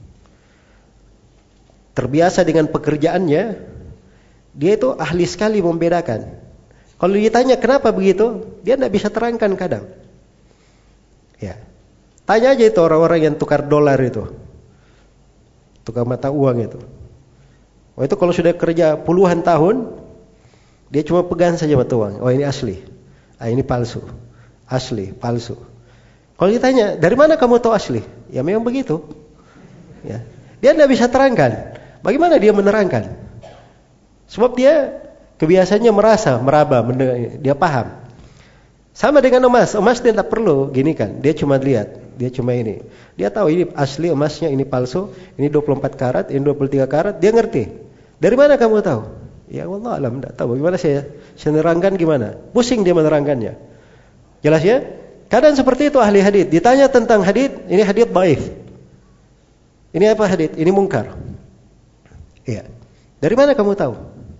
terbiasa dengan pekerjaannya, dia itu ahli sekali membedakan. Kalau ditanya kenapa begitu, dia tidak bisa terangkan kadang. Ya, tanya aja itu orang-orang yang tukar dolar itu, tukar mata uang itu. Oh itu kalau sudah kerja puluhan tahun, dia cuma pegang saja mata uang. Oh ini asli, ini palsu, asli, palsu. Kalau ditanya dari mana kamu tahu asli, ya memang begitu. Ya, dia tidak bisa terangkan. Bagaimana dia menerangkan? Sebab dia kebiasaannya meraba, dia paham. Sama dengan emas dia tak perlu gini kan. Dia cuma lihat, dia cuma ini. Dia tahu ini asli emasnya, ini palsu, ini 24 karat, ini 23 karat, dia ngerti. Dari mana kamu tahu? Ya Allah alam, tidak tahu. Bagaimana saya menerangkan gimana? Pusing dia menerangkannya. Jelas ya? Kadang seperti itu ahli hadis. Ditanya tentang hadis, ini hadis dhaif. Ini apa hadis? Ini mungkar. Iya. Dari mana kamu tahu?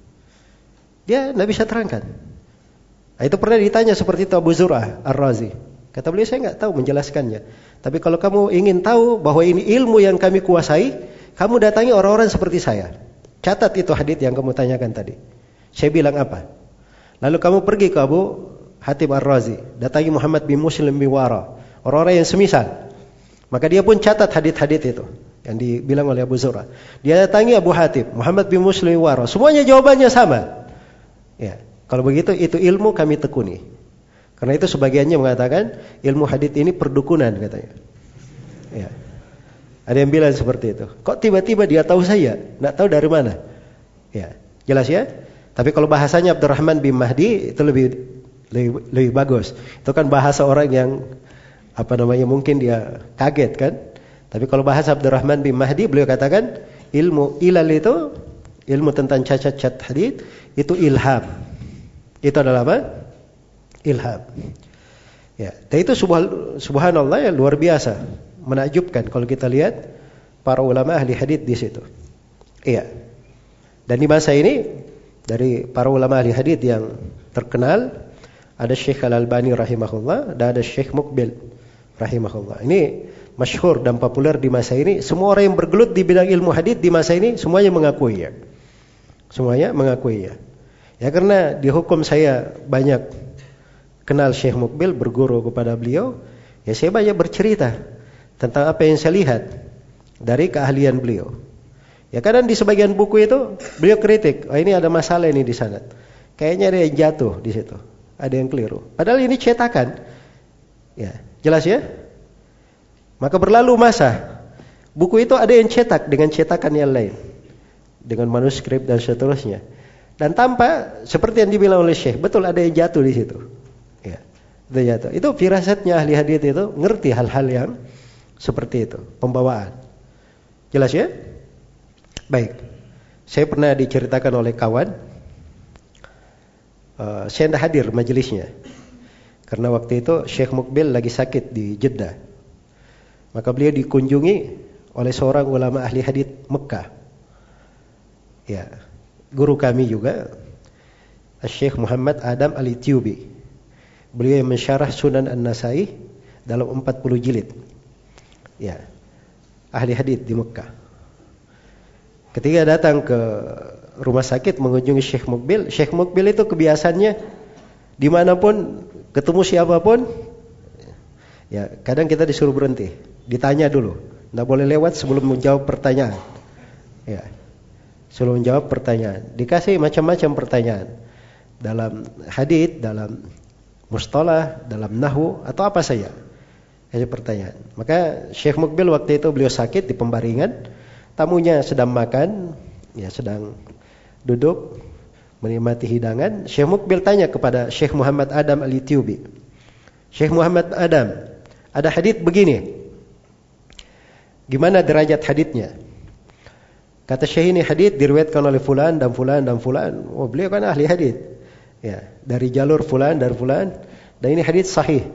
Dia tidak bisa terangkan. Nah, itu pernah ditanya seperti itu Abu Zur'ah Ar-Razi. Kata beliau, saya nggak tahu menjelaskannya. Tapi kalau kamu ingin tahu bahwa ini ilmu yang kami kuasai, kamu datangi orang-orang seperti saya. Catat itu hadits yang kamu tanyakan tadi. Saya bilang apa? Lalu kamu pergi ke Abu Hatim Ar-Razi, datangi Muhammad bin Muslim bin Wara, orang-orang yang semisal. Maka dia pun catat hadits-hadits itu yang dibilang oleh Abu Zur'ah. Dia datangi Abu Hatim, Muhammad bin Muslim bin Wara, semuanya jawabannya sama. Ya, kalau begitu itu ilmu kami tekuni. Karena itu sebagiannya mengatakan ilmu hadits ini perdukunan katanya. Ya. Ada yang bilang seperti itu. Kok tiba-tiba dia tahu saya? Nggak tahu dari mana? Ya, jelas ya. Tapi kalau bahasanya Abdurrahman bin Mahdi itu lebih bagus. Itu kan bahasa orang yang mungkin dia kaget kan. Tapi kalau bahasa Abdurrahman bin Mahdi, beliau katakan ilmu ilal itu, ilmu tentang cacat hadits itu ilham. Itu adalah apa? Ilham. Ya, dan itu subhanallah ya, luar biasa, menakjubkan kalau kita lihat para ulama ahli hadits di situ. Iya. Dan di masa ini dari para ulama ahli hadits yang terkenal ada Syekh Al-Albani rahimahullah dan ada Syekh Muqbil rahimahullah. Ini masyhur dan populer di masa ini. Semua orang yang bergelut di bidang ilmu hadits di masa ini semuanya mengakui ya. Semuanya mengakui ya. Ya karena di hukum saya banyak kenal Syekh Muqbil, berguru kepada beliau, ya saya banyak bercerita tentang apa yang saya lihat dari keahlian beliau. Ya kadang di sebagian buku itu beliau kritik, oh ini ada masalah ini di sana. Kayaknya ada yang jatuh di situ, ada yang keliru. Padahal ini cetakan. Ya, jelas ya? Maka berlalu masa, buku itu ada yang cetak dengan cetakan yang lain, dengan manuskrip dan seterusnya. Dan tampak seperti yang dibilang oleh Syekh, betul ada yang jatuh di situ. Ya, itu jatuh. Itu firasatnya ahli hadits itu ngerti hal-hal yang seperti itu, pembawaan. Jelas ya? Baik. Saya pernah diceritakan oleh kawan, saya tidak hadir majelisnya. Karena waktu itu Syekh Muqbil lagi sakit di Jeddah. Maka beliau dikunjungi oleh seorang ulama ahli hadits Mekah. Ya. Guru kami juga Syekh Muhammad Adam Al-Ethiopi. Beliau yang mensyarah Sunan An-Nasai dalam 40 jilid. Ya. Ahli hadits di Mekah. Ketika datang ke rumah sakit mengunjungi Syekh Muqbil itu kebiasaannya dimanapun ketemu siapapun, ya kadang kita disuruh berhenti, ditanya dulu, nggak boleh lewat sebelum menjawab pertanyaan. Ya. Sebelum menjawab pertanyaan, dikasih macam-macam pertanyaan dalam hadits, dalam mustalah, dalam nahwu atau apa saja. Kasih pertanyaan. Maka Syekh Muqbil waktu itu beliau sakit di Pembaringan, tamunya sedang makan, ya sedang duduk menikmati hidangan. Syekh Muqbil tanya kepada Syekh Muhammad Adam Al-Ethiopi, Syekh Muhammad Adam, ada hadits begini, gimana derajat haditsnya? Kata Syekh, ini hadits diriwayatkan oleh fulan dan fulan dan fulan. Oh, beliau kan ahli hadits. Ya, dari jalur fulan dan fulan, dan ini hadits sahih.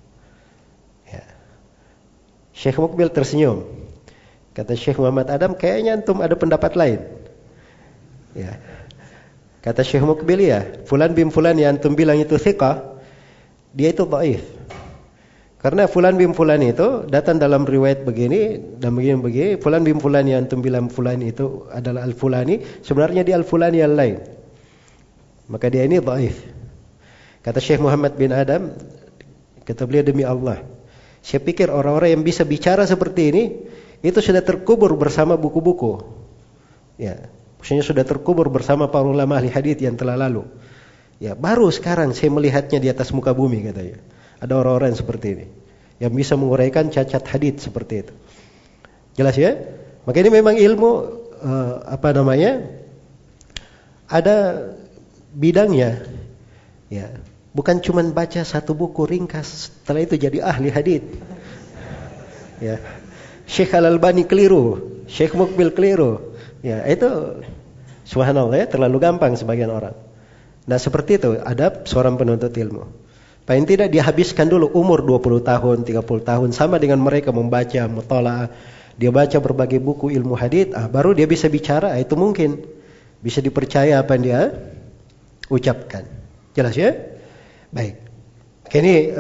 Ya. Syekh Muqbil tersenyum. Kata Syekh Muhammad Adam, kayaknya antum ada pendapat lain. Ya. Kata Syekh Muqbil, ya, fulan bin fulan yang antum bilang itu thiqah, dia itu dhaif. Karena fulan bin fulan itu datang dalam riwayat begini dan begini. Fulan bin fulan yang antum bilang fulan itu adalah al-fulani, sebenarnya dia al-fulani yang lain. Maka dia ini dhaif. Kata Syekh Muhammad bin Adam, kata beliau, demi Allah, saya pikir orang-orang yang bisa bicara seperti ini itu sudah terkubur bersama buku-buku. Ya, maksudnya sudah terkubur bersama para ulama ahli hadits yang telah lalu. Ya, baru sekarang saya melihatnya di atas muka bumi katanya. Ada orang-orang seperti ini yang bisa menguraikan cacat hadits seperti itu. Jelas ya? Maka ini memang ilmu ada bidangnya. Ya, bukan cuma baca satu buku ringkas, setelah itu jadi ahli hadits. Ya, Syekh Al-Albani keliru, Syekh Mukbil keliru. Ya, itu subhanallah ya, terlalu gampang sebagian orang. Nah, seperti itu adab seorang penuntut ilmu. Paling tidak dia habiskan dulu umur 20 tahun, 30 tahun sama dengan mereka membaca muthala'ah. Dia baca berbagai buku ilmu hadits, baru dia bisa bicara, itu mungkin bisa dipercaya apa yang dia ucapkan. Jelas ya? Baik. Ini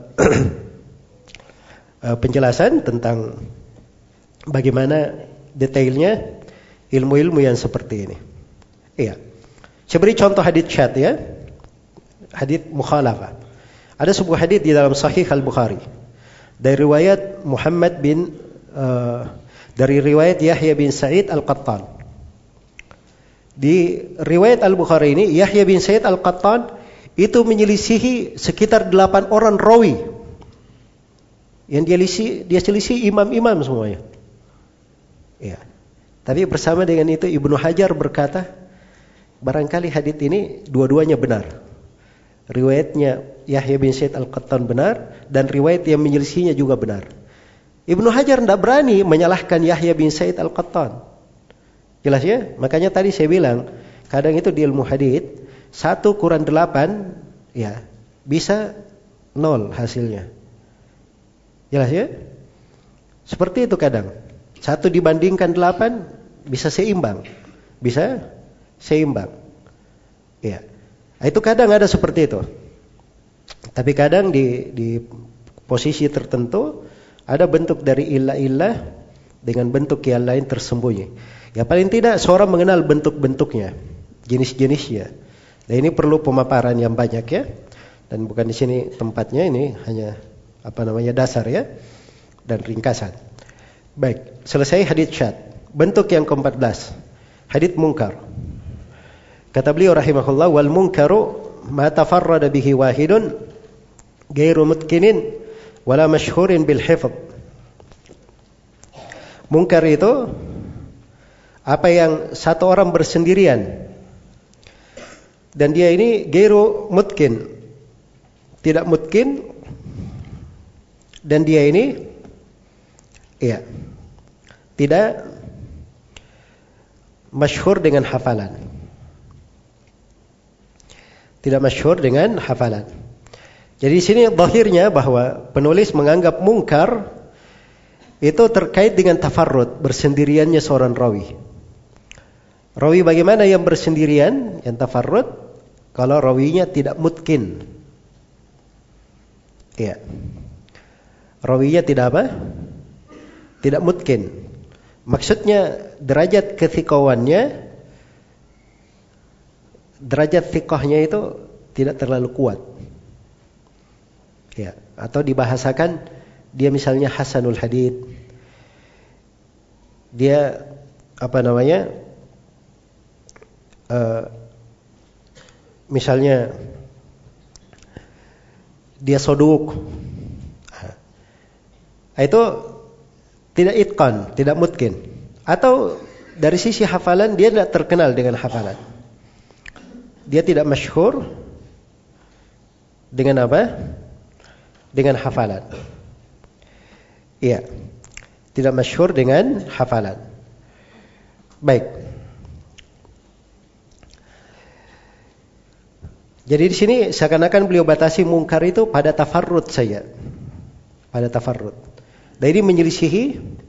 penjelasan tentang bagaimana detailnya ilmu-ilmu yang seperti ini. Iya. Saya beri contoh hadits syadz ya. Hadits mukhalafah. Ada sebuah hadits di dalam Sahih Al-Bukhari dari riwayat dari riwayat Yahya bin Sa'id Al-Qattan. Di riwayat Al-Bukhari ini Yahya bin Sa'id Al-Qattan itu menyelisihi sekitar 8 orang rawi. Yang dia selisih imam-imam semuanya. Ya. Tapi bersama dengan itu Ibnu Hajar berkata, barangkali hadits ini dua-duanya benar. Riwayatnya Yahya bin Sa'id Al-Qattan benar dan riwayat yang menyelisihinya juga benar. Ibnu Hajar tidak berani menyalahkan Yahya bin Sa'id Al-Qattan. Jelas ya? Makanya tadi saya bilang, kadang itu di ilmu hadits 1 kurang 8 ya bisa 0 hasilnya. Jelas ya? Seperti itu kadang. 1 dibandingkan 8 bisa seimbang. Bisa seimbang. Ya. Itu kadang ada seperti itu. Tapi kadang di posisi tertentu ada bentuk dari illah-illah dengan bentuk yang lain tersembunyi. Ya paling tidak seorang mengenal bentuk-bentuknya, jenis-jenisnya. Dan ini perlu pemaparan yang banyak ya. Dan bukan di sini tempatnya, ini hanya dasar ya dan ringkasan. Baik, selesai hadits syadz. Bentuk yang ke-14, hadits munkar. Kata beliau rahimahullah, wal munkaru ma tafarrada bihi wahidun ghairu mutkinin wala masyhurin bil hifdz. Munkar itu apa yang satu orang bersendirian dan dia ini ghairu mutkin, tidak mutkin, dan dia ini tidak masyhur dengan hafalan. Tidak masyhur dengan hafalan. Jadi di sini zahirnya bahwa penulis menganggap mungkar itu terkait dengan tafarrud, bersendiriannya seorang rawi. Rawi bagaimana yang bersendirian, yang tafarrud? Kalau rawinya tidak mutkin. Iya. Rawinya tidak apa? Tidak mutkin. Maksudnya derajat kethiqawannya, derajat thiqahnya itu tidak terlalu kuat. Ya, atau dibahasakan dia misalnya hasanul hadits. Dia misalnya dia soduk. Itu tidak itqan, tidak mutkin. Atau dari sisi hafalan dia tidak terkenal dengan hafalan. Dia tidak masyhur dengan apa? Dengan hafalan. Iya. Tidak masyhur dengan hafalan. Baik. Jadi di sini seakan-akan beliau batasi mungkar itu pada tafarrud saja. Pada tafarrud. Dan ini menyelisihi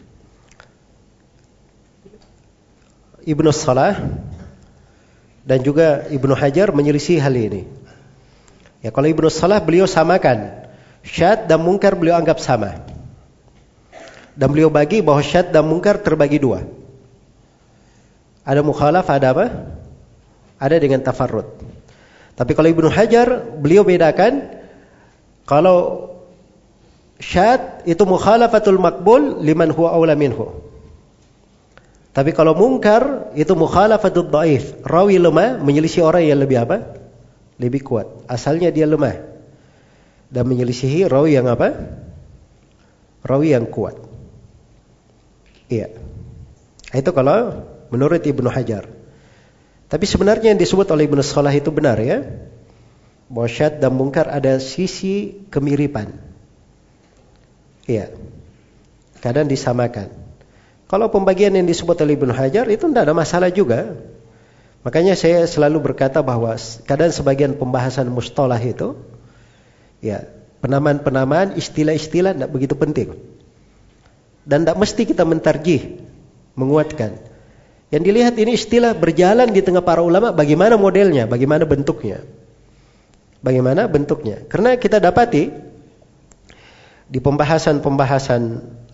Ibnu Salah dan juga Ibnu Hajar menyelisih hal ini. Ya, kalau Ibnu Salah beliau samakan syadz dan mungkar, beliau anggap sama. Dan beliau bagi bahwa syadz dan mungkar terbagi 2. Ada mukhalaf, ada apa? Ada dengan tafarrud. Tapi kalau Ibnu Hajar beliau bedakan, kalau syadz itu mukhalafatul maqbul liman huwa aula minhu. Tapi kalau mungkar itu mukhalafatul dhaif, rawi lemah menyelisih orang yang lebih apa? Lebih kuat. Asalnya dia lemah dan menyelisihi rawi yang apa? Rawi yang kuat. Iya. Itu kalau menurut Ibnu Hajar. Tapi sebenarnya yang disebut oleh Ibnu Salah itu benar ya, bahwa syadz dan munkar ada sisi kemiripan. Iya, kadang disamakan. Kalau pembagian yang disebut oleh Ibnu Hajar itu tidak ada masalah juga. Makanya saya selalu berkata bahwa kadang sebagian pembahasan mustalah itu, ya, penamaan-penamaan, istilah-istilah tidak begitu penting. Dan tidak mesti kita mentarjih, menguatkan. Yang dilihat ini istilah berjalan di tengah para ulama, bagaimana modelnya, bagaimana bentuknya. Bagaimana bentuknya. Karena kita dapati di pembahasan-pembahasan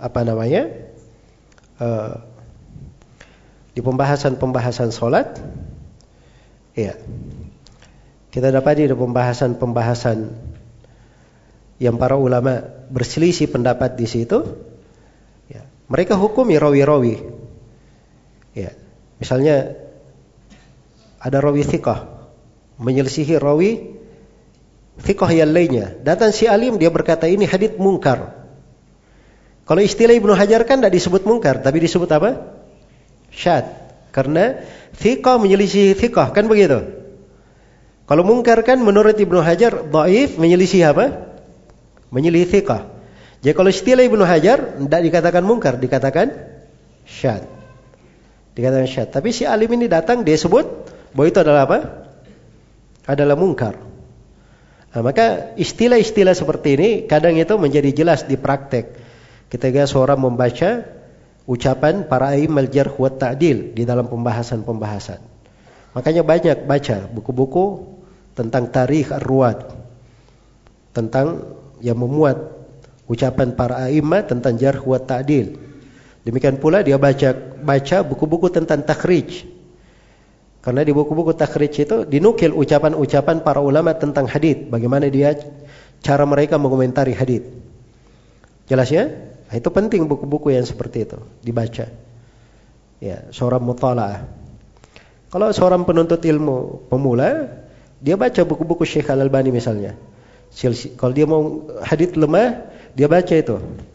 di pembahasan sholat, ya, kita dapati di pembahasan-pembahasan yang para ulama berselisih pendapat di situ, ya, mereka hukumi rawi-rawi. Ya, misalnya ada rawi thiqah menyelisihi rawi thiqah yang lainnya. Datang si alim, dia berkata ini hadits munkar. Kalau istilah Ibnu Hajar kan tidak disebut munkar, tapi disebut apa? Syadz. Karena thiqah menyelisihi thiqah, kan begitu? Kalau munkar kan menurut Ibnu Hajar dhaif menyelisihi apa? Menyelisihi thiqah. Jadi kalau istilah Ibnu Hajar tidak dikatakan munkar, dikatakan syadz. Dikatakan syadz. Tapi si alim ini datang, dia sebut bahwa itu adalah apa? Adalah munkar. Nah, maka istilah-istilah seperti ini kadang itu menjadi jelas di praktek ketika seorang membaca ucapan para a'immal jarh wa ta'dil di dalam pembahasan-pembahasan. Makanya banyak baca buku-buku tentang tarikh ar-ruwat, tentang yang memuat ucapan para a'immah tentang jarh wa ta'dil. Demikian pula dia baca buku-buku tentang takhrij. Karena di buku-buku takhrij itu dinukil ucapan-ucapan para ulama tentang hadits, bagaimana cara mereka mengomentari hadits. Jelas ya? Nah, itu penting buku-buku yang seperti itu dibaca. Ya, seorang muthala'ah. Kalau seorang penuntut ilmu pemula, dia baca buku-buku Syekh Al-Albani misalnya. Kalau dia mau hadits lemah, dia baca itu.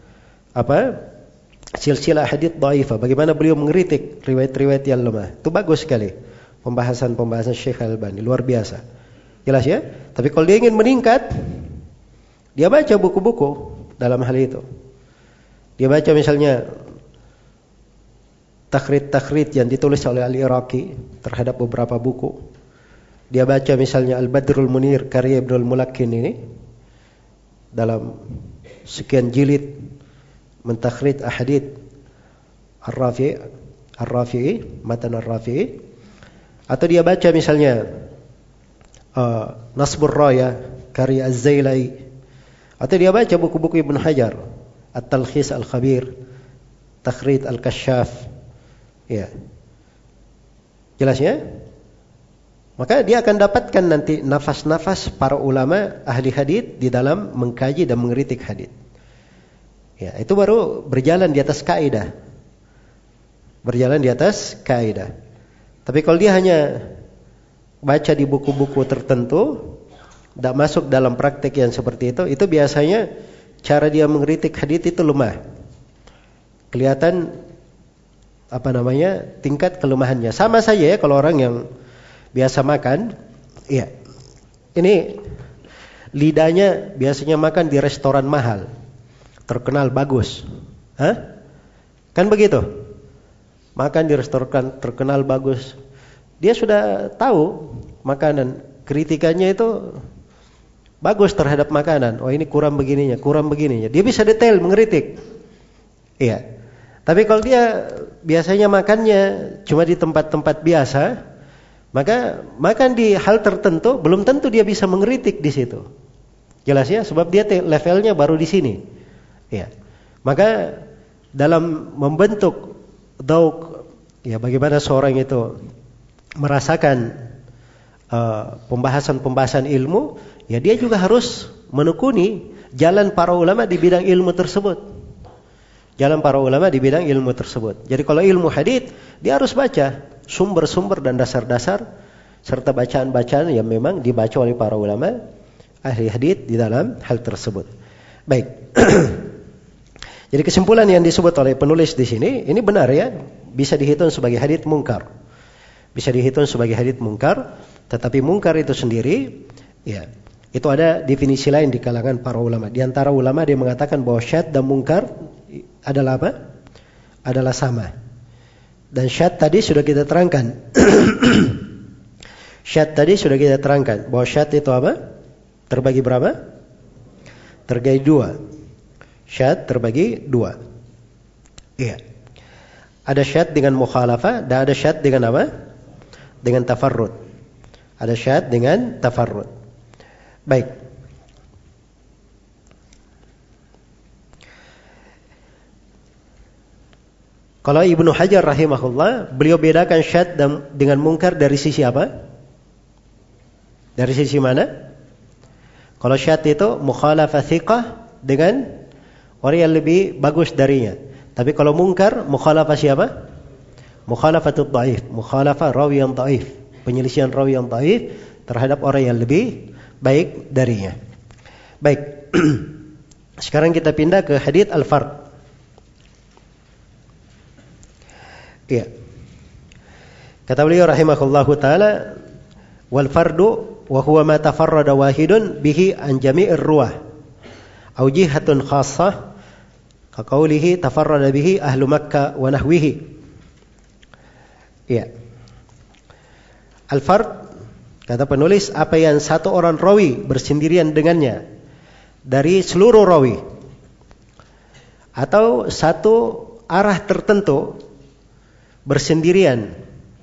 Silsilah hadits dhaifah, bagaimana beliau mengkritik riwayat-riwayat yang lemah. Itu bagus sekali. Pembahasan Syekh Al-Albani luar biasa. Jelas ya? Tapi kalau dia ingin meningkat, dia baca buku-buku dalam hal itu. Dia baca misalnya takhrid yang ditulis oleh Al-Iraqi terhadap beberapa buku. Dia baca misalnya Al-Badrul Munir karya Ibnul Mulakkin ini dalam sekian jilid mentakhrid ahadits Ar-Rafi'i, matan Ar-Rafi'i. Atau dia baca misalnya Nasbur Raya karya Az-Zailai. Atau dia baca buku-buku Ibnu Hajar, At-Talkhis Al-Khabir, Takhrid Al-Kashaf. Ya. Jelas ya? Maka dia akan dapatkan nanti nafas-nafas para ulama ahli hadits di dalam mengkaji dan mengkritik hadits. Ya, itu baru berjalan di atas kaidah. Berjalan di atas kaidah. Tapi kalau dia hanya baca di buku-buku tertentu, tidak masuk dalam praktek yang seperti itu biasanya cara dia mengkritik hadits itu lemah. Kelihatan tingkat kelemahannya. Sama saja ya kalau orang yang biasa makan, ya. Ini lidahnya biasanya makan di restoran mahal, terkenal bagus. Kan begitu? Makan di restoran terkenal bagus. Dia sudah tahu makanan, kritikannya itu bagus terhadap makanan. Oh ini kurang begininya. Dia bisa detail mengkritik. Iya. Tapi kalau dia biasanya makannya cuma di tempat-tempat biasa, maka makan di hal tertentu belum tentu dia bisa mengkritik di situ. Jelas ya, sebab dia levelnya baru di sini. Iya. Maka dalam membentuk dauk, ya bagaimana seorang itu merasakan pembahasan-pembahasan ilmu, ya dia juga harus menekuni jalan para ulama di bidang ilmu tersebut. Jalan para ulama di bidang ilmu tersebut. Jadi kalau ilmu hadits, dia harus baca sumber-sumber dan dasar-dasar serta bacaan-bacaan yang memang dibaca oleh para ulama ahli hadits di dalam hal tersebut. Baik. Jadi kesimpulan yang disebut oleh penulis di sini, ini benar ya, bisa dihitung sebagai hadits mungkar. Bisa dihitung sebagai hadits mungkar, tetapi mungkar itu sendiri, ya, itu ada definisi lain di kalangan para ulama. Di antara ulama dia mengatakan bahwa syadz dan mungkar adalah apa? Adalah sama. Dan syadz tadi sudah kita terangkan. Syadz tadi sudah kita terangkan bahwa syadz itu apa? Terbagi berapa? Terbagi 2. Syadz terbagi 2. Iya. Ada syadz dengan mukhalafah dan ada syadz dengan apa? Dengan tafarrud. Ada syadz dengan tafarrud. Baik. Kalau Ibnu Hajar rahimahullah, beliau bedakan syadz dengan mungkar dari sisi apa? Dari sisi mana? Kalau syadz itu mukhalafah thiqah dengan orang yang lebih bagus darinya. Tapi kalau mungkar, mukhalafah siapa? Mukhalafatul dhaif, mukhalafah rawi yang dhaif, penyelisihan rawi yang dhaif terhadap orang yang lebih baik darinya. Baik. Sekarang kita pindah ke hadits al-fard. Iya. Kata beliau rahimahullahu taala, wal fardu wa huwa ma tafarrada wahidun bihi an jami'ir ruwah aw jihatun khassah ka qawlihi tafarrada bihi ahlu Makkah wa nahwihi. Ya. Al-fard, kata penulis, apa yang satu orang rawi bersendirian dengannya dari seluruh rawi atau satu arah tertentu bersendirian.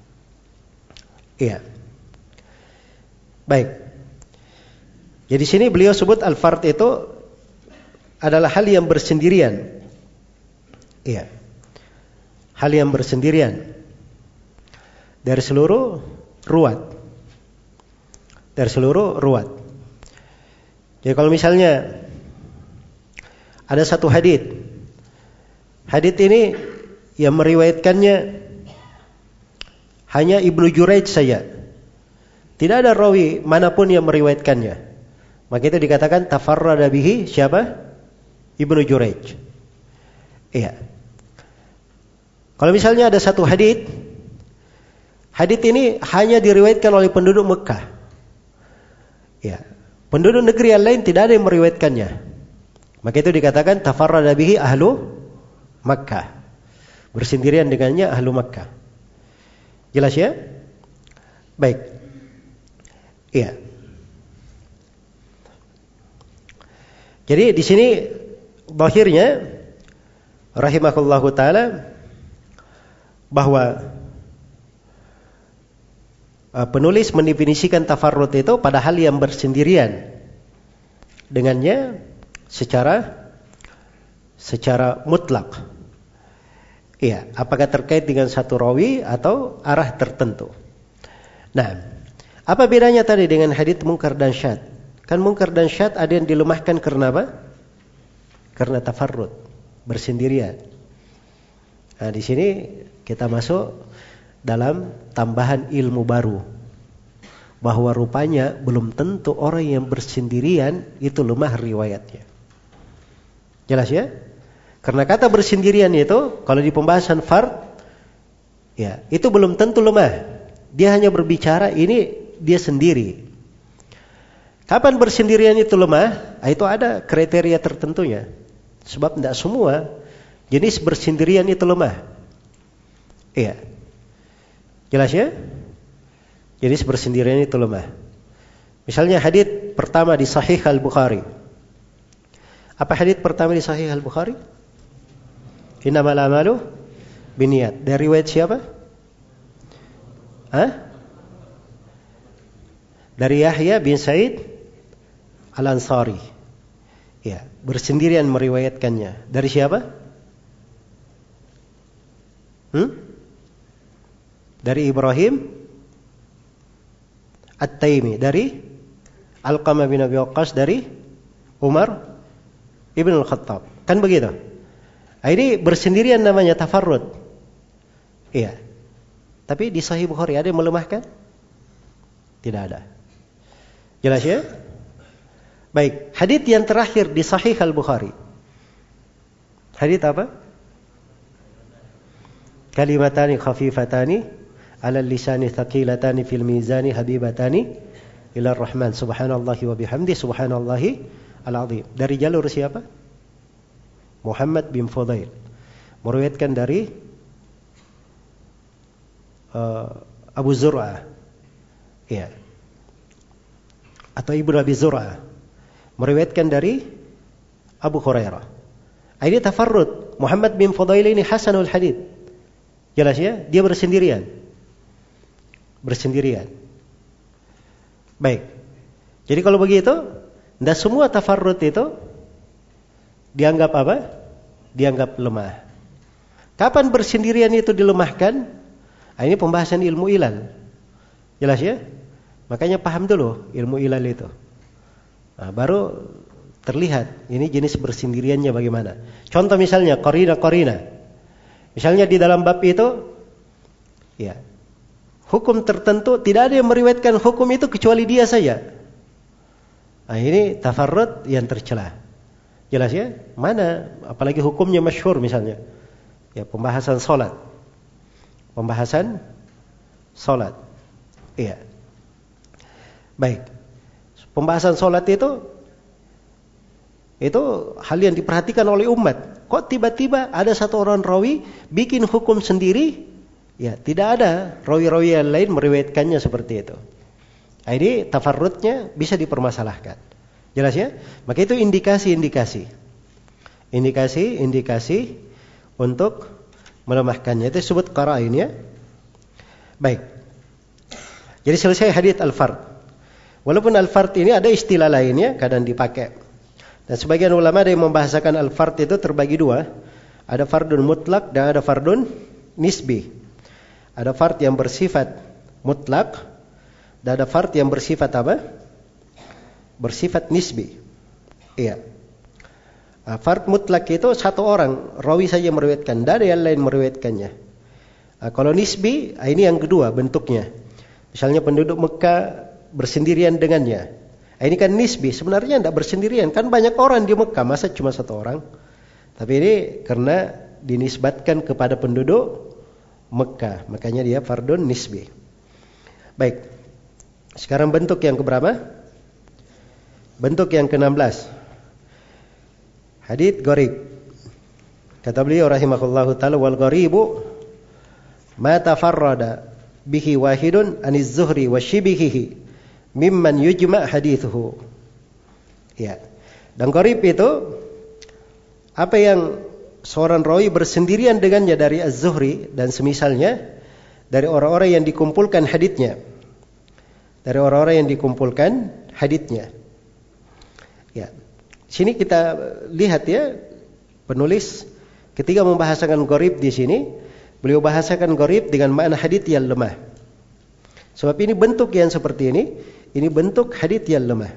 Iya. Baik. Jadi sini beliau sebut al-fard itu adalah hal yang bersendirian. Iya. Hal yang bersendirian dari seluruh ruwat. Dari seluruh ruwat. Jadi kalau misalnya ada satu hadits. Hadits ini yang meriwayatkannya hanya Ibnu Jurayj saja. Tidak ada rawi manapun yang meriwayatkannya. Maka itu dikatakan tafarrada bihi siapa? Ibnu Jurayj. Iya. Kalau misalnya ada satu hadits ini hanya diriwayatkan oleh penduduk Mekah. Ya. Penduduk negeri yang lain tidak ada yang meriwayatkannya. Maka itu dikatakan tafarrada bihi ahlu Makkah. Bersendirian dengannya ahlu Makkah. Jelas ya? Baik. Iya. Jadi di sini zahirnya rahimahullahu taala bahwa penulis mendefinisikan tafarrud itu pada hal yang bersendirian dengannya secara mutlak. Iya, apakah terkait dengan satu rawi atau arah tertentu. Nah, apa bedanya tadi dengan hadits mungkar dan syadz? Kan mungkar dan syadz ada yang dilemahkan karena apa? Karena tafarrud, bersendirian. Nah, di sini kita masuk dalam tambahan ilmu baru. Bahwa rupanya belum tentu orang yang bersendirian itu lemah riwayatnya. Jelas ya? Karena kata bersendirian itu kalau di pembahasan fard ya, itu belum tentu lemah. Dia hanya berbicara ini dia sendiri. Kapan bersendirian itu lemah? Itu ada kriteria tertentunya. Sebab tidak semua jenis bersendirian itu lemah. Iya. Jelas ya? Jenis bersendirian itu lemah. Misalnya hadits pertama di Sahih Al-Bukhari. Apa hadits pertama di Sahih Al-Bukhari? Innamal a'malu binniyat. Dari riwayat siapa? Dari Yahya bin Sa'id Al-Ansari. Ya, bersendirian meriwayatkannya. Dari siapa? Dari Ibrahim At-Taimi. Dari Alqamah bin Abi Waqqas. Dari Umar Ibn Al-Khattab. Kan begitu? Ini bersendirian namanya tafarrud. Iya. Tapi di Sahih Bukhari ada yang melemahkan? Tidak ada. Jelas ya? Baik, hadits yang terakhir di Sahih Al-Bukhari. Hadits apa? Kalimatani khafifatani 'ala lisani thaqilatani fil mizani habibatani ila rahman subhanallahi wa bihamdi subhanallahi al-azim. Dari jalur siapa? Muhammad bin Fudail. Meriwayatkan dari Abu Zur'ah. Ya. Atau Ibnu Abi Zur'ah. Meriwayatkan dari Abu Hurairah. Ini tafarrud. Muhammad bin Fudail ini hasanul hadits. Jelas ya? Dia bersendirian. Bersendirian. Baik. Jadi kalau begitu, tidak semua tafarrud itu dianggap apa? Dianggap lemah. Kapan bersendirian itu dilemahkan? Nah, ini pembahasan ilmu ilal. Jelas ya? Makanya paham dulu ilmu ilal itu. Nah, baru terlihat ini jenis bersendiriannya bagaimana. Contoh misalnya qarina. Misalnya di dalam bab itu, ya, hukum tertentu tidak ada yang meriwayatkan hukum itu kecuali dia saja. Nah, ini tafarrud yang tercela. Jelas ya? Mana? Apalagi hukumnya masyhur misalnya. Ya, pembahasan salat. Pembahasan salat. Iya. Baik. Pembahasan salat itu hal yang diperhatikan oleh umat. Kok tiba-tiba ada satu orang rawi bikin hukum sendiri? Ya, tidak ada rawi-rawi yang lain meriwayatkannya seperti itu. Ini tafarrudnya bisa dipermasalahkan. Jelas ya? Maka itu indikasi-indikasi untuk melemahkannya. Itu disebut qara'in ya. Baik. Jadi selesai hadits al-fard. Walaupun al-fard ini ada istilah lainnya kadang dipakai. Dan sebagian ulama ada yang membahasakan al-fard itu terbagi dua. Ada fardun mutlak dan ada fardun nisbi. Ada fard yang bersifat mutlak dan ada fard yang bersifat apa? Bersifat nisbi. Iya. Fard mutlak itu satu orang, rawi saja meriwayatkan, tidak ada yang lain meriwayatkannya. Kalau nisbi, ini yang kedua bentuknya. Misalnya penduduk Mekah bersendirian dengannya. Ini kan nisbi, sebenarnya tidak bersendirian. Kan banyak orang di Mekah, masa cuma satu orang? Tapi ini karena dinisbatkan kepada penduduk Mekah, makanya dia fardun nisbi. Baik. Sekarang bentuk yang keberapa? Bentuk yang ke-16. Hadits gharib. Kata beliau rahimahullahu ta'ala, wal gharibu ma tafarrada bihi wahidun aniz zuhri wa shibihihi mimman yujma' hadithuhu. Ya. Dan gharib itu apa yang seorang rawi bersendirian dengannya dari Az-Zuhri dan semisalnya dari orang-orang yang dikumpulkan haditsnya. Dari orang-orang yang dikumpulkan haditsnya. Ya. Sini kita lihat ya, penulis ketika membahasakan gharib di sini, beliau bahasakan gharib dengan makna hadits yang lemah. Sebab ini bentuk yang seperti ini bentuk hadits yang lemah.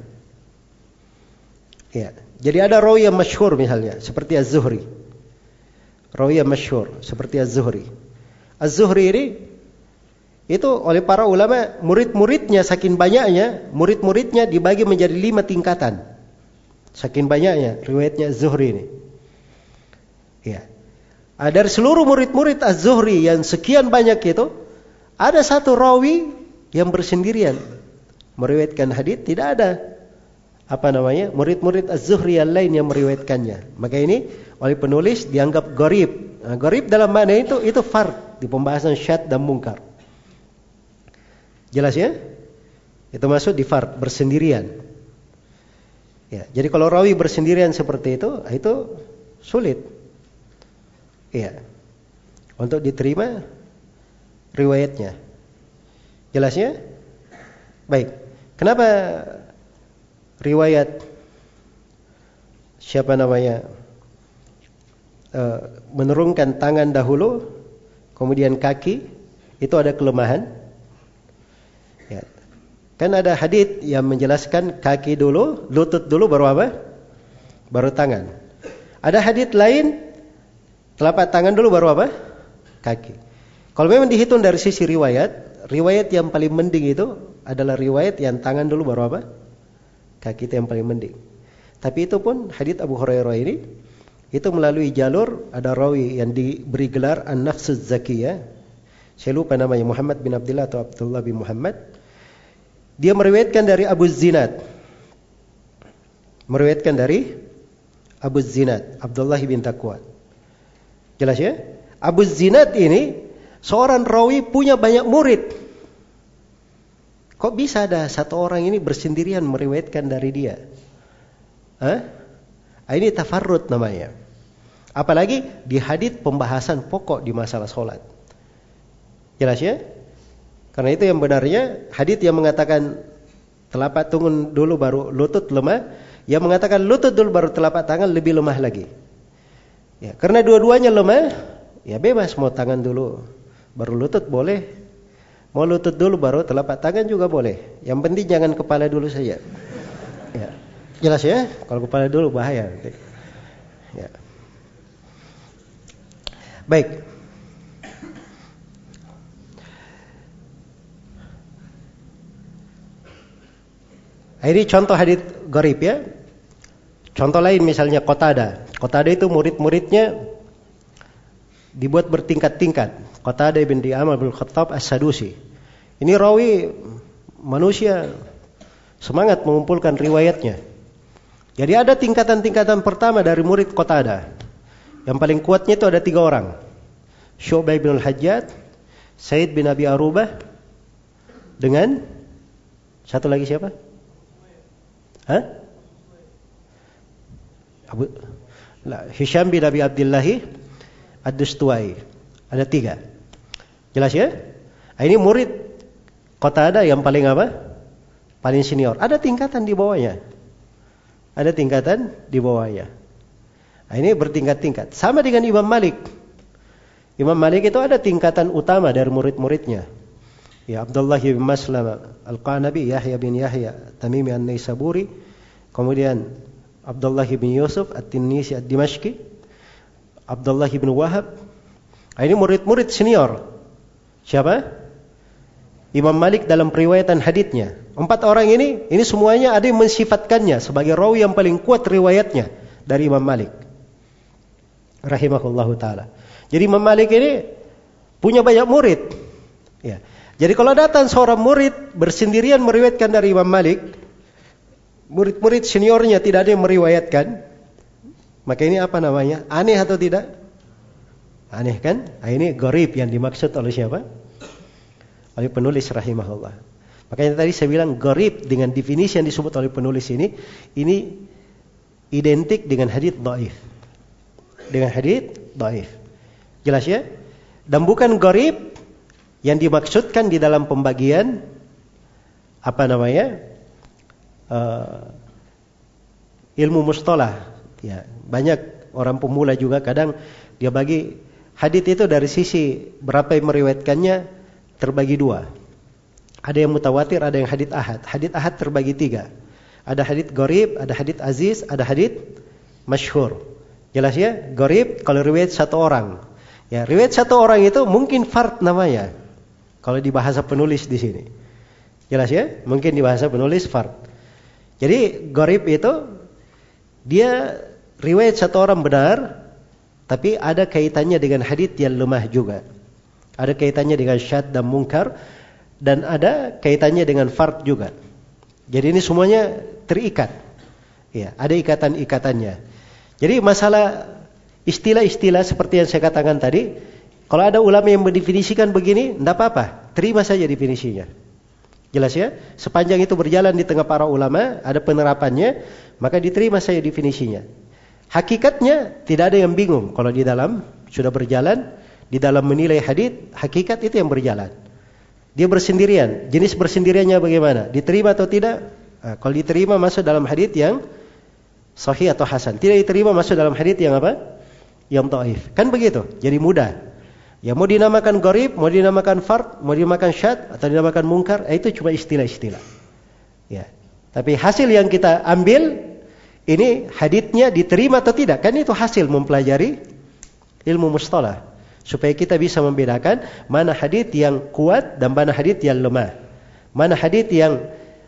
Ya, jadi ada rawi yang masyhur misalnya seperti Az-Zuhri. Rawi yang masyhur seperti Az-Zuhri. Az-Zuhri ini itu oleh para ulama murid-muridnya saking banyaknya, murid-muridnya dibagi menjadi 5 tingkatan. Saking banyaknya riwayatnya Az-Zuhri ini. Ya. Dari seluruh murid-murid Az-Zuhri yang sekian banyak itu, ada satu rawi yang bersendirian meriwayatkan hadits, tidak ada murid-murid Az-Zuhri yang lain yang meriwayatkannya. Maka ini oleh penulis dianggap gharib. Nah, gharib dalam makna itu fard di pembahasan syadz dan munkar. Jelas ya? Itu masuk di fard, bersendirian. Ya, jadi kalau rawi bersendirian seperti itu sulit. Iya. Untuk diterima riwayatnya. Jelas ya? Baik. Kenapa riwayat menurunkan tangan dahulu kemudian kaki itu ada kelemahan? Ya. Kan ada hadits yang menjelaskan kaki dulu, lutut dulu baru apa? Baru tangan. Ada hadits lain telapak tangan dulu baru apa? Kaki. Kalau memang dihitung dari sisi riwayat yang paling mending itu adalah riwayat yang tangan dulu baru apa? Kaki, itu yang paling mending. Tapi itu pun hadits Abu Hurairah ini itu melalui jalur ada rawi yang diberi gelar An-Nafsuz Zakiyah. Saya lupa namanya, Muhammad bin Abdullah atau Abdullah bin Muhammad. Dia meriwayatkan dari Abu Zinad. Meriwayatkan dari Abu Zinad, Abdullah bin Taqwa. Jelas ya? Abu Zinad ini seorang rawi punya banyak murid. Kok bisa ada satu orang ini bersendirian meriwayatkan dari dia? Ini tafarrud namanya. Apalagi di hadits pembahasan pokok di masalah sholat. Jelas ya? Karena itu yang benarnya hadits yang mengatakan telapak tangan dulu baru lutut lemah, yang mengatakan lutut dulu baru telapak tangan lebih lemah lagi. Ya, karena dua-duanya lemah, ya bebas mau tangan dulu baru lutut boleh, mau lutut dulu baru telapak tangan juga boleh. Yang penting jangan kepala dulu saja. Ya. Jelas ya? Kalau kepala dulu bahaya nanti. Ya. Baik. Ini contoh hadits gharib ya. Contoh lain misalnya Qatadah. Qatadah itu murid-muridnya dibuat bertingkat-tingkat. Qatadah bin Di'amah bin Khattab As-Sadusi. Ini rawi manusia semangat mengumpulkan riwayatnya. Jadi ada tingkatan-tingkatan pertama dari murid Qatadah. Yang paling kuatnya itu ada 3 orang. Syu'bah bin Al-Hajjaj, Said bin Abi Arubah, dengan satu lagi siapa? Hisham bin Abi Abdillahi Ad-Dustuwai. Ada 3. Jelas ya? Ini murid Qatadah yang paling apa? Paling senior. Ada tingkatan di bawahnya. Ada tingkatan di bawahnya. Ini bertingkat-tingkat. Sama dengan Imam Malik. Imam Malik itu ada tingkatan utama dari murid-muridnya. Ya, Abdullah bin Maslam Al-Qanabi, Yahya bin Yahya Tamimi An-Naisaburi, kemudian Abdullah bin Yusuf At-Tinnisi Ad-Dimashqi, Abdullah bin Wahab. Ini murid-murid senior. Siapa? Imam Malik dalam periwayatan haditsnya. 4 orang ini semuanya ada yang mensifatkannya sebagai rawi yang paling kuat riwayatnya dari Imam Malik rahimahullahu taala. Jadi Imam Malik ini punya banyak murid. Ya. Jadi kalau datang seorang murid bersendirian meriwayatkan dari Imam Malik, murid-murid seniornya tidak ada yang meriwayatkan, maka ini apa namanya? Aneh atau tidak? Aneh kan? Ini gharib yang dimaksud oleh siapa? Oleh penulis rahimahullah. Makanya tadi saya bilang gharib dengan definisi yang disebut oleh penulis ini identik dengan hadits dhaif. Dengan hadits dhaif. Jelas ya? Dan bukan gharib yang dimaksudkan di dalam pembagian ilmu mustalah. Ya, banyak orang pemula juga kadang dia bagi hadits itu dari sisi berapa yang meriwayatkannya terbagi 2. Ada yang mutawatir, ada yang hadits ahad. Hadits ahad terbagi 3. Ada hadits gharib, ada hadits aziz, ada hadits masyhur. Jelas ya? Gharib kalau riwayat 1 orang. Ya, riwayat 1 orang itu mungkin fard namanya. Kalau di bahasa penulis di sini. Jelas ya? Mungkin di bahasa penulis fard. Jadi gharib itu dia riwayat 1 orang benar, tapi ada kaitannya dengan hadits yang lemah juga. Ada kaitannya dengan syadz dan munkar, dan ada kaitannya dengan fard juga. Jadi ini semuanya terikat. Ya, ada ikatan-ikatannya. Jadi masalah istilah-istilah seperti yang saya katakan tadi, kalau ada ulama yang mendefinisikan begini, tidak apa-apa, terima saja definisinya. Jelas ya? Sepanjang itu berjalan di tengah para ulama, ada penerapannya, maka diterima saja definisinya. Hakikatnya tidak ada yang bingung kalau di dalam sudah berjalan, di dalam menilai hadits, hakikat itu yang berjalan. Dia bersendirian, jenis bersendiriannya bagaimana? Diterima atau tidak? Nah, kalau diterima masuk dalam hadits yang sahih atau hasan. Tidak diterima masuk dalam hadits yang apa? Yang dhaif. Kan begitu. Jadi mudah. Ya mau dinamakan gharib, mau dinamakan fard, mau dinamakan syadz atau dinamakan munkar, itu cuma istilah-istilah. Ya. Tapi hasil yang kita ambil ini haditsnya diterima atau tidak? Kan itu hasil mempelajari ilmu mustalah. Supaya kita bisa membedakan mana hadits yang kuat dan mana hadits yang lemah. Mana hadits yang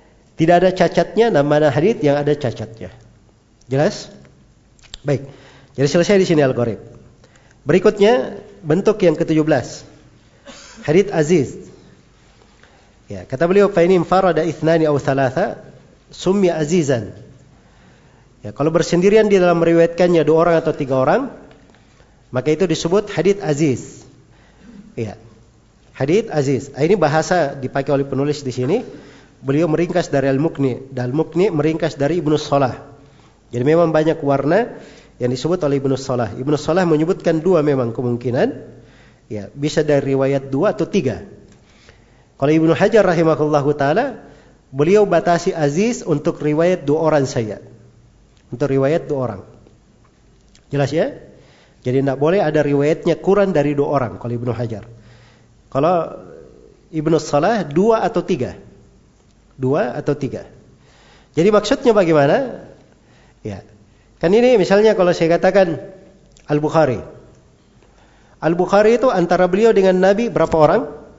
tidak ada cacatnya dan mana hadits yang ada cacatnya. Jelas? Baik. Jadi selesai di sini al-gharib. Berikutnya bentuk yang ke-17. Hadits aziz. Ya, kata beliau fa in farada ithnani aw thalatha summiya azizan. Ya, kalau bersendirian di dalam meriwayatkannya 2 orang atau 3 orang, maka itu disebut hadits aziz. Ya. Hadits aziz. Ini bahasa dipakai oleh penulis di sini. Beliau meringkas dari Al-Muqni, dan Al-Muqni meringkas dari Ibnu Shalah. Jadi memang banyak warna yang disebut oleh Ibnu Shalah. Ibnu Shalah menyebutkan 2 memang kemungkinan. Ya, bisa dari riwayat 2 atau 3. Kalau Ibnu Hajar rahimahullahu taala, beliau batasi aziz untuk riwayat 2 orang saja. Untuk riwayat 2 orang. Jelas ya? Jadi tidak boleh ada riwayatnya kurang dari 2 orang kalau Ibnu Hajar. Kalau Ibnu Shalah 2 atau 3. 2 atau 3. Jadi maksudnya bagaimana? Ya. Kan ini misalnya kalau saya katakan Al-Bukhari. Al-Bukhari itu antara beliau dengan Nabi berapa orang?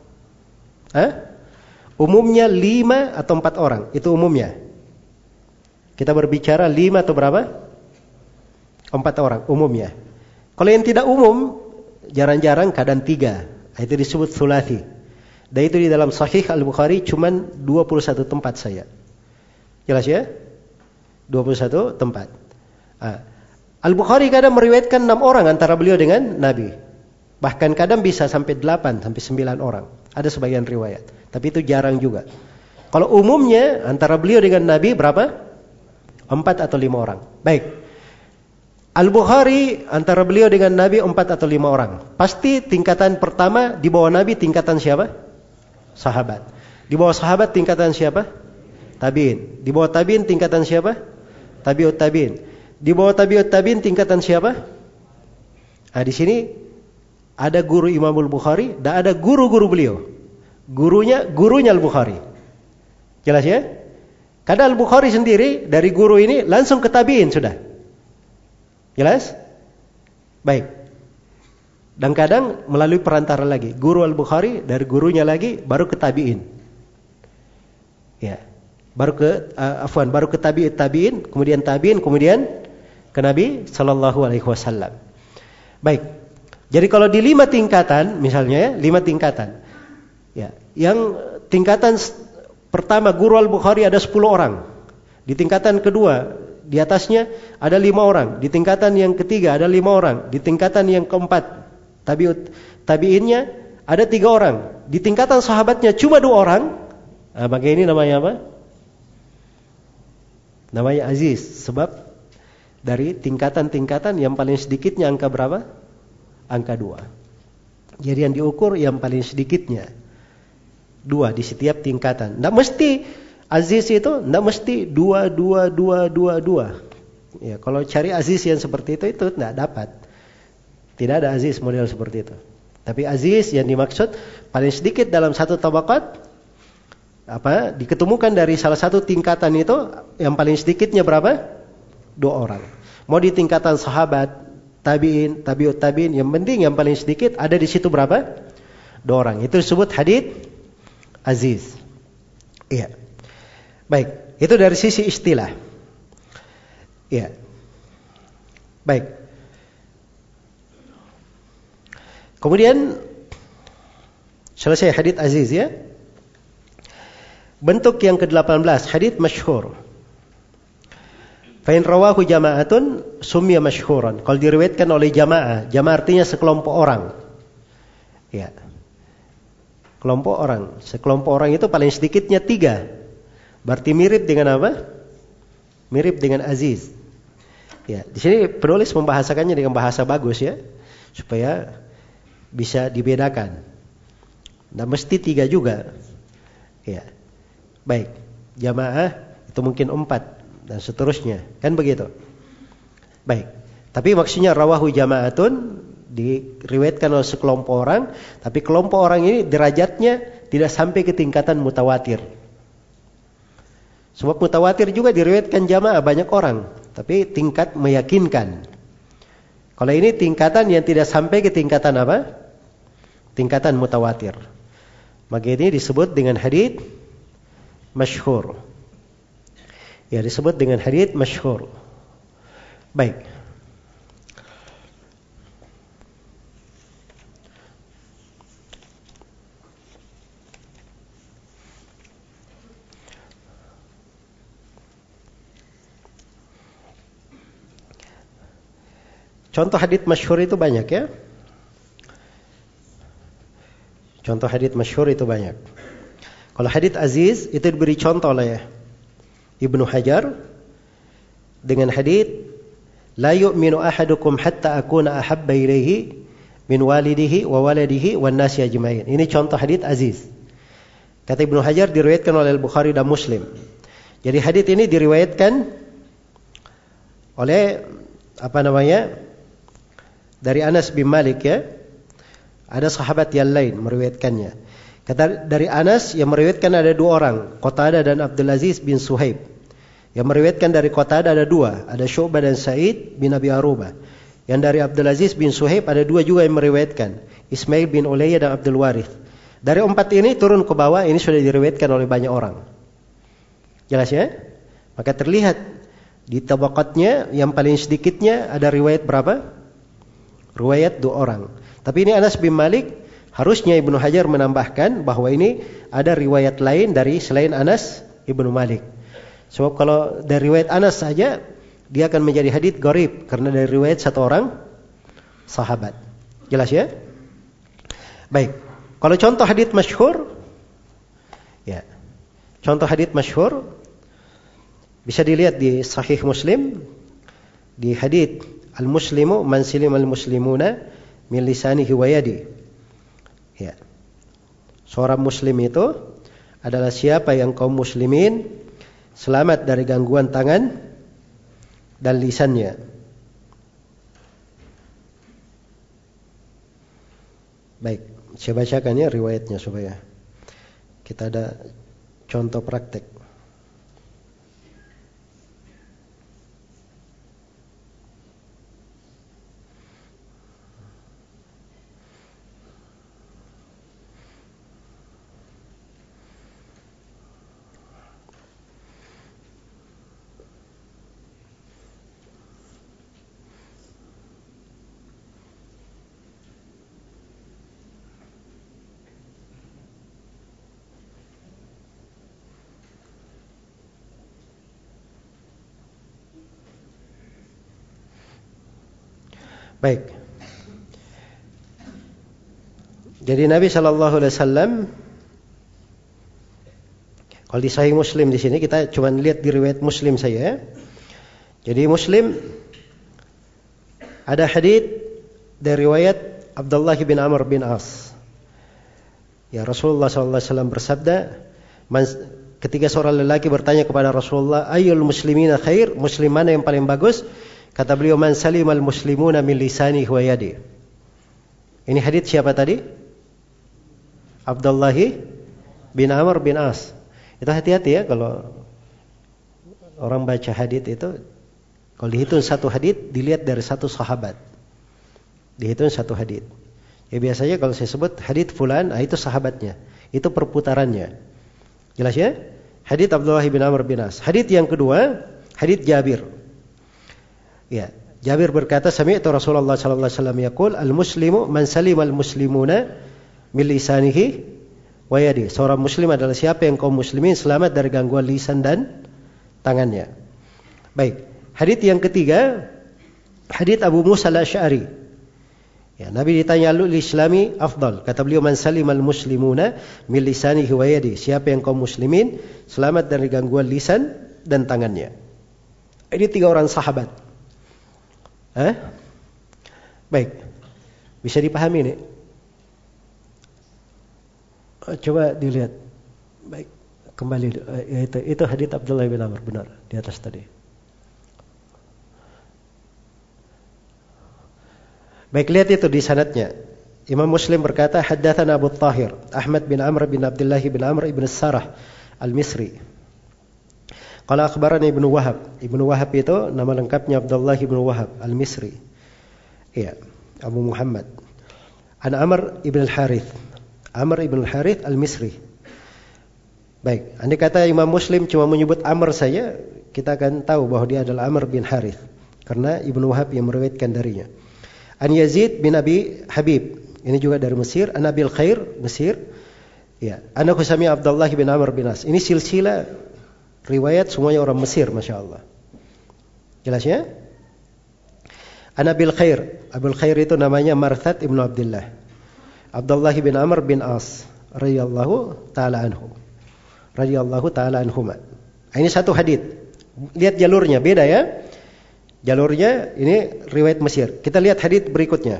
Umumnya 5 atau 4 orang. Itu umumnya. Kita berbicara 5 atau berapa? 4 orang umumnya. Kalau yang tidak umum, jarang-jarang kadang 3. Itu disebut thulathi. Dan itu di dalam Sahih Al-Bukhari cuman 21 tempat saja. Jelas ya? 21 tempat. Al-Bukhari kadang meriwayatkan 6 orang antara beliau dengan Nabi. Bahkan kadang bisa sampai 8 sampai 9 orang. Ada sebagian riwayat. Tapi itu jarang juga. Kalau umumnya antara beliau dengan Nabi berapa? 4 atau 5 orang. Baik. Al-Bukhari antara beliau dengan Nabi 4 atau 5 orang. Pasti tingkatan pertama di bawah Nabi tingkatan siapa? Sahabat. Di bawah sahabat tingkatan siapa? Tabi'in. Di bawah tabi'in tingkatan siapa? Tabi'ut tabi'in. Di bawah tabi'ut tabi'in tingkatan siapa? Di sini ada guru Imamul Bukhari dan ada guru-guru beliau. Gurunya Al-Bukhari. Jelas ya? Kadang Al-Bukhari sendiri dari guru ini langsung ke tabi'in sudah. Jelas? Baik. Dan kadang melalui perantara lagi. Guru Al-Bukhari dari gurunya lagi baru ke tabi'in. Ya. Baru ke tabi'in, kemudian tabi'in, kemudian ke Nabi sallallahu alaihi wasallam. Baik. Jadi kalau di 5 tingkatan misalnya 5 tingkatan. Ya, yang tingkatan pertama guru Al-Bukhari ada 10 orang. Di tingkatan kedua di atasnya ada 5 orang. Di tingkatan yang ketiga ada 5 orang. Di tingkatan yang keempat tabi'innya ada 3 orang. Di tingkatan sahabatnya cuma 2 orang. Maka ini namanya apa? Namanya aziz. Sebab dari tingkatan-tingkatan yang paling sedikitnya angka berapa? Angka 2. Jadi yang diukur yang paling sedikitnya 2 di setiap tingkatan. Tidak mesti aziz itu, tidak mesti 2. Ya, kalau cari aziz yang seperti itu tidak dapat. Tidak ada aziz model seperti itu. Tapi aziz yang dimaksud paling sedikit dalam satu tabaqat diketemukan dari salah satu tingkatan itu yang paling sedikitnya berapa? 2 orang. Mau di tingkatan sahabat, tabi'in, tabi'ut tabi'in, yang penting yang paling sedikit ada di situ berapa? 2 orang. Itu disebut hadits aziz. Iya. Baik, itu dari sisi istilah. Iya. Baik. Kemudian selesai hadits aziz ya. Bentuk yang ke-18, hadits masyhur. Fa in rawahu jama'atun summiya masyhuran. Kalau diriwayatkan oleh jamaah artinya sekelompok orang. Ya. Kelompok orang. Sekelompok orang itu paling sedikitnya 3. Berarti mirip dengan apa? Mirip dengan aziz. Ya, di sini penulis membahasakannya dengan bahasa bagus ya, supaya bisa dibedakan. Nah, mesti 3 juga. Ya. Baik. Jamaah itu mungkin 4 dan seterusnya. Kan begitu. Baik. Tapi maksudnya rawahu jama'atun diriwayatkan oleh sekelompok orang, tapi kelompok orang ini derajatnya tidak sampai ke tingkatan mutawatir. Sebab mutawatir juga diriwayatkan jamaah banyak orang, tapi tingkat meyakinkan. Kalau ini tingkatan yang tidak sampai ke tingkatan apa? Tingkatan mutawatir. Maka ini disebut dengan hadits masyhur. Ya, disebut dengan hadits masyhur. Baik. Contoh hadits masyhur itu banyak ya. Contoh hadits masyhur itu banyak. Kalau hadits aziz itu diberi contoh oleh Ibnu Hajar dengan hadits la yu'minu ahadukum hatta akuna ahabba ilaihi min walidihi wa waladihi wan nasi ajmain. Ini contoh hadits aziz. Kata Ibnu Hajar diriwayatkan oleh Al-Bukhari dan Muslim. Jadi hadits ini diriwayatkan oleh dari Anas bin Malik ya. Ada sahabat yang lain meriwayatkannya. Kata dari Anas yang meriwayatkan ada dua orang, Qatadah dan Abdul Aziz bin Suhaib. Yang meriwayatkan dari Qatadah ada dua, ada Syu'bah dan Sa'id bin Abi Arubah. Yang dari Abdul Aziz bin Suhaib ada dua juga yang meriwayatkan, Ismail bin Ulayya dan Abdul Warith. Dari empat ini turun ke bawah, ini sudah diriwayatkan oleh banyak orang. Jelas ya? Maka terlihat di tabaqatnya yang paling sedikitnya ada riwayat berapa? Riwayat dua orang. Tapi ini Anas bin Malik, harusnya Ibnu Hajar menambahkan bahwa ini ada riwayat lain dari selain Anas Ibnu Malik. Sebab kalau dari riwayat Anas saja, dia akan menjadi hadits gharib karena dari riwayat satu orang sahabat. Jelas ya? Baik. Kalau contoh hadits masyhur, ya. Contoh hadits masyhur bisa dilihat di Sahih Muslim di hadits al-muslimu man salima al-muslimuna min lisanihi wa yadi. Ya. Seorang muslim itu adalah siapa yang kaum muslimin selamat dari gangguan tangan dan lisannya. Baik, saya bacakan ya riwayatnya supaya kita ada contoh praktek. Baik. Jadi Nabi Shallallahu Alaihi Wasallam, kalau di Sahih Muslim di sini kita cuma lihat di riwayat Muslim saja. Jadi Muslim ada hadits dari riwayat Abdullah bin Amr bin As. Ya Rasulullah Shallallahu Alaihi Wasallam bersabda, ketika seorang lelaki bertanya kepada Rasulullah, Ayyul muslimina khair, muslim mana yang paling bagus? Kata beliau, man salimal muslimuna min lisanihi wa yadi. Ini hadits siapa tadi? Abdullah bin Amr bin As. Itu hati-hati ya kalau orang baca hadits itu, kalau dihitung satu hadits dilihat dari satu sahabat. Dihitung satu hadits. Ya biasanya kalau saya sebut hadits fulan, itu sahabatnya. Itu perputarannya. Jelas ya? Hadits Abdullah bin Amr bin As. Hadits yang kedua, hadits Jabir. Ya, Jabir berkata, sami'tu Rasulullah sallallahu alaihi wasallam yaqul, al-muslimu man salima al-muslimuna min lisanihi wa yadi. Seorang muslim adalah siapa yang kaum muslimin selamat dari gangguan lisan dan tangannya. Baik, hadits yang ketiga, hadits Abu Musa al-Asy'ari. Ya, Nabi ditanya al-islami afdal. Kata beliau, man salima al-muslimuna min lisanihi wa yadi. Siapa yang kaum muslimin selamat dari gangguan lisan dan tangannya. Ini tiga orang sahabat. Baik, bisa dipahami nih. Coba dilihat. Baik, kembali. Itu hadits Abdullah bin Amr, benar di atas tadi. Baik, lihat itu di sanadnya. Imam Muslim berkata, haddatsana Abu Thahir, Ahmad bin Amr bin Abdullah bin Amr ibn Sarah al-Misri. Qala akhbarani Ibnu Wahab. Ibnu Wahab itu nama lengkapnya Abdullah ibn Wahab al-Misri. Iya, Abu Muhammad. An Amr ibn al-Harith. Amr ibn al-Harith al-Misri. Baik, andai kata Imam Muslim cuma menyebut Amr saja, kita akan tahu bahwa dia adalah Amr bin Harith karena Ibnu Wahab yang meriwayatkan darinya. An Yazid bin Abi Habib. Ini juga dari Mesir. An Abil Khair, Mesir. Ya, Anaku sami Abdullah bin Amr bin As. Ini silsilah riwayat semuanya orang Mesir, Masya Allah. Jelas ya? An Abil Khair. Abil Khair itu namanya Marthad ibnu Abdullah. Abdullah bin Amr bin As radhiyallahu taala anhu. Radhiyallahu taala anhuma. Ini satu hadits. Lihat jalurnya beda ya. Jalurnya ini riwayat Mesir. Kita lihat hadits berikutnya.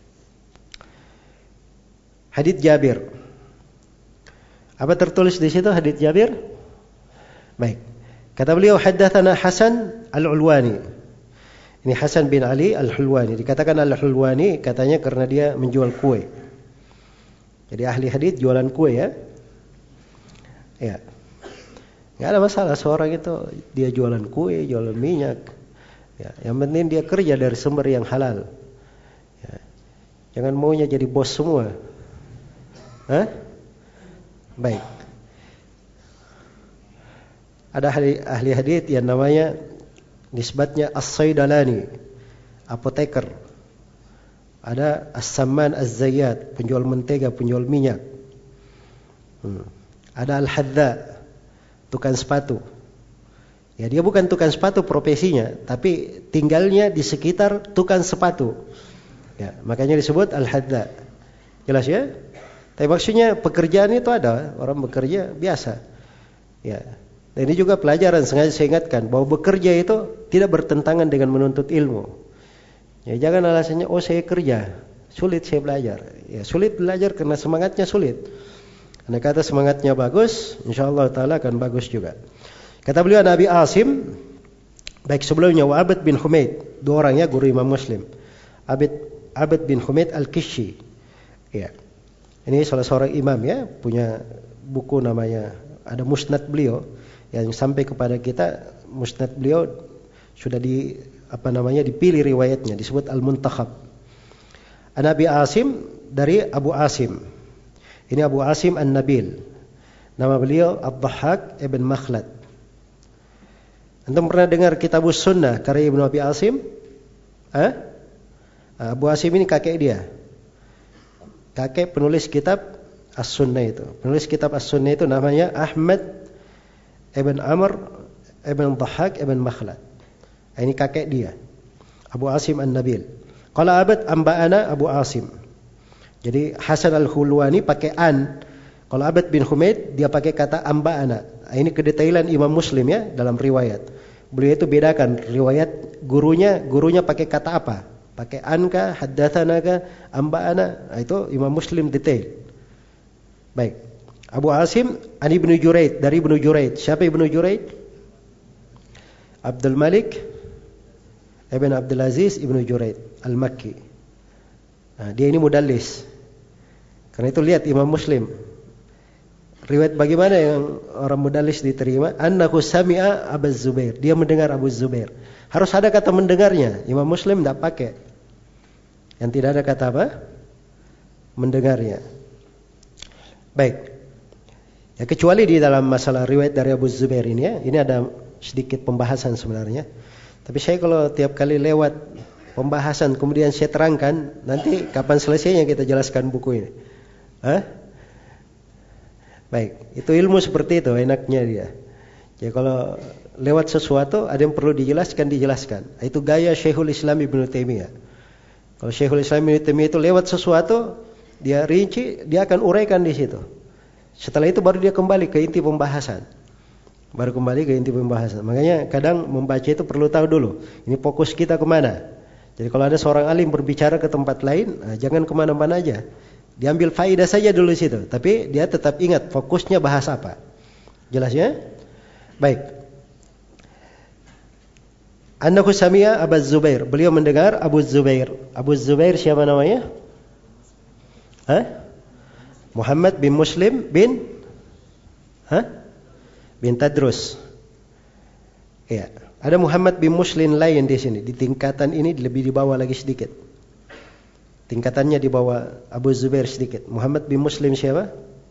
Hadits Jabir. Apa tertulis di situ hadits Jabir? Baik. Kata beliau haddatsana Hasan Al-Ulwani. Ini Hasan bin Ali Al-Hulwani. Dikatakan Al-Hulwani katanya karena dia menjual kue. Jadi ahli hadits jualan kue ya. Ya. Enggak ada masalah seorang itu dia jualan kue, jualan minyak. Ya, yang penting dia kerja dari sumber yang halal. Ya. Jangan maunya jadi bos semua. Hah? Baik. Ada ahli hadits yang namanya nisbatnya As-Saidalani, apoteker. Ada As-Samman Az-Zayyat, penjual mentega, penjual minyak. Ada Al-Hadda, tukang sepatu. Ya, dia bukan tukang sepatu profesinya, tapi tinggalnya di sekitar tukang sepatu. Ya, makanya disebut Al-Hadda. Jelas ya? Tapi maksudnya pekerjaan itu ada, orang bekerja biasa. Ya. Dan ini juga pelajaran, sengaja saya ingatkan bahwa bekerja itu tidak bertentangan dengan menuntut ilmu. Ya, jangan alasannya oh saya kerja, sulit saya belajar. Ya, sulit belajar karena semangatnya sulit. Karena kata semangatnya bagus, insyaallah taala akan bagus juga. Kata beliau Nabi Asim, baik sebelumnya Abd bin Humaid, dua orang ya guru Imam Muslim. Abd bin Humaid Al-Kishi. Ya. Ini salah seorang imam ya, punya buku namanya ada Musnad beliau yang sampai kepada kita. Musnad beliau sudah dipilih riwayatnya, disebut Al-Muntakhab. Nabi Asim dari Abu Asim. Ini Abu Asim An-Nabil. Nama beliau Ad-Dhahhak ibn Makhlad. Antum pernah dengar Kitabus Sunnah karya Ibnu Abi Asim? Abu Asim ini kakek dia. Kakek penulis kitab As-Sunnah itu. Penulis kitab As-Sunnah itu namanya Ahmad ibn Amr ibn Dhahhak ibn Makhlad. Ini kakek dia. Abu Asim An-Nabil. Qala Abd amba'ana Abu Asim. Jadi Hasan Al-Hulwani pakai an. Kalau Abd bin Humaid dia pakai kata amba'ana. Ini kedetailan Imam Muslim ya dalam riwayat. Beliau itu bedakan riwayat gurunya pakai kata apa? Pakai anka, haddatsana ka, amba'ana. Itu Imam Muslim detail. Baik. Abu Asim an Ibnu Juraid, dari Ibnu Juraid. Siapa Ibnu Juraid? Abdul Malik Ibn Abdul Aziz Ibnu Juraid Al-Makki. Nah, dia ini mudallis. Karena itu lihat Imam Muslim. Riwayat bagaimana yang orang mudallis diterima? Annahu sami'a Abu Zubair. Dia mendengar Abu Zubair. Harus ada kata mendengarnya. Imam Muslim tidak pakai. Yang tidak ada kata apa? Mendengarnya. Baik. Ya, kecuali di dalam masalah riwayat dari Abu Zubair ini ya. Ini ada sedikit pembahasan sebenarnya. Tapi saya kalau tiap kali lewat pembahasan kemudian saya terangkan, nanti kapan selesainya kita jelaskan buku ini. Baik, itu ilmu seperti itu enaknya dia. Jadi kalau lewat sesuatu ada yang perlu dijelaskan. Itu gaya Syekhul Islam Ibnu Taimiyah. Kalau Syekhul Islam Ibnu Taimiyah itu lewat sesuatu, dia rinci, dia akan uraikan di situ. Setelah itu baru dia kembali ke inti pembahasan. Makanya kadang membaca itu perlu tahu dulu. Ini fokus kita kemana. Jadi kalau ada seorang alim berbicara ke tempat lain, jangan kemana-mana aja. Diambil faidah saja dulu situ. Tapi dia tetap ingat fokusnya bahas apa. Jelas ya? Baik. Annahu sami'a Abu Zubair. Beliau mendengar Abu Zubair. Abu Zubair siapa namanya? Muhammad bin Muslim bin Tadrus. Ya, ada Muhammad bin Muslim lain di sini. Di tingkatan ini lebih di bawah lagi sedikit. Tingkatannya di bawah Abu Zubair sedikit. Muhammad bin Muslim siapa?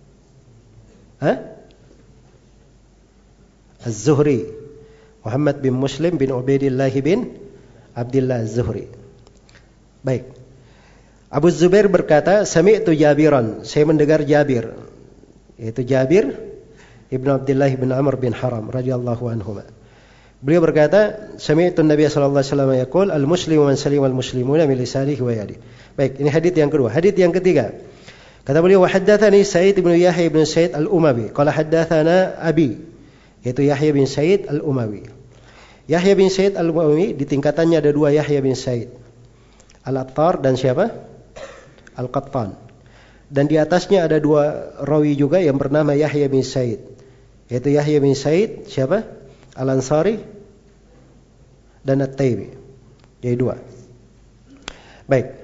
Az-Zuhri. Muhammad bin Muslim bin Ubaidillah bin Abdullah Az-Zuhri. Baik. Abu Zubair berkata, sami'tu Jabiran. Saya mendengar Jabir. Yaitu Jabir Ibnu Abdullah bin Amr bin Haram radhiyallahu anhuma. Beliau berkata, sami'tu Nabi sallallahu alaihi wasallam yaqul, al-muslimu man salima al-muslimuna min lisanihi wa yadihi. Baik, ini hadits yang kedua. Hadits yang ketiga. Kata beliau, wa haddatsani Sa'id bin Yahya bin Sa'id al-Umawi, qala haddatsana abi, yaitu Yahya bin Sa'id al-Umawi. Yahya bin Sa'id al-Umawi di tingkatannya ada dua Yahya bin Sa'id. Al-Attar dan siapa? Al-Qattan. Dan di atasnya ada dua rawi juga yang bernama Yahya bin Sa'id. Yaitu Yahya bin Sa'id siapa? Al-Ansari dan At-Taymi. Jadi dua. Baik.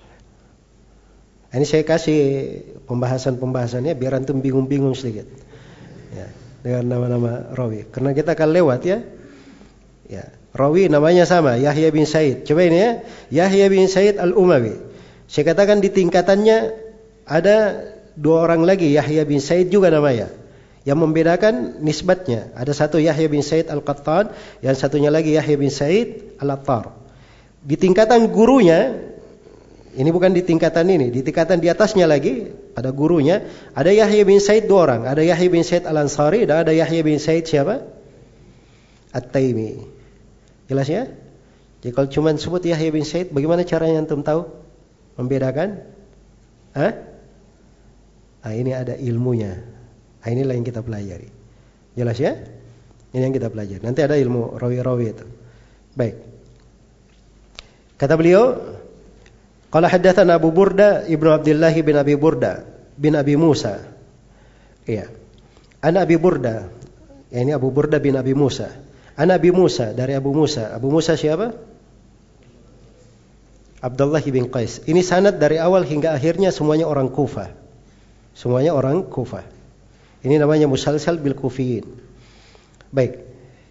Ini saya kasih pembahasannya biar antum bingung-bingung sedikit. Ya, dengan nama-nama rawi. Karena kita akan lewat ya. Ya, rawi namanya sama, Yahya bin Sa'id. Coba ini ya, Yahya bin Sa'id al-Umawi. Saya katakan di tingkatannya ada dua orang lagi, Yahya bin Sa'id juga namanya. Yang membedakan nisbatnya, ada satu Yahya bin Sa'id al-Qattan, yang satunya lagi Yahya bin Sa'id al-Attar. Di tingkatan gurunya, ini bukan di tingkatan ini, di tingkatan di atasnya lagi, ada gurunya, ada Yahya bin Sa'id dua orang, ada Yahya bin Sa'id al-Ansari dan ada Yahya bin Sa'id siapa? At-Taymi. Jelas ya? Jadi kalau cuma sebut Yahya bin Sa'id, bagaimana caranya antum tahu? Membedakan? Hah? Nah, ini ada ilmunya. Nah, inilah yang kita pelajari. Jelas ya? Ini yang kita pelajari. Nanti ada ilmu rawi-rawi itu. Baik. Kata beliau, qala haddatsana Abu Burda ibnu Abdullah bin Abi Burda bin Abi Musa. Iya. Ana Abi Burda. Ya, ini Abu Burda bin Abi Musa. Ana Abi Musa, dari Abu Musa. Abu Musa siapa? Abdullah bin Qais. Ini sanad dari awal hingga akhirnya semuanya orang Kufah. Semuanya orang Kufah. Ini namanya musalsal bil Kufiyin. Baik.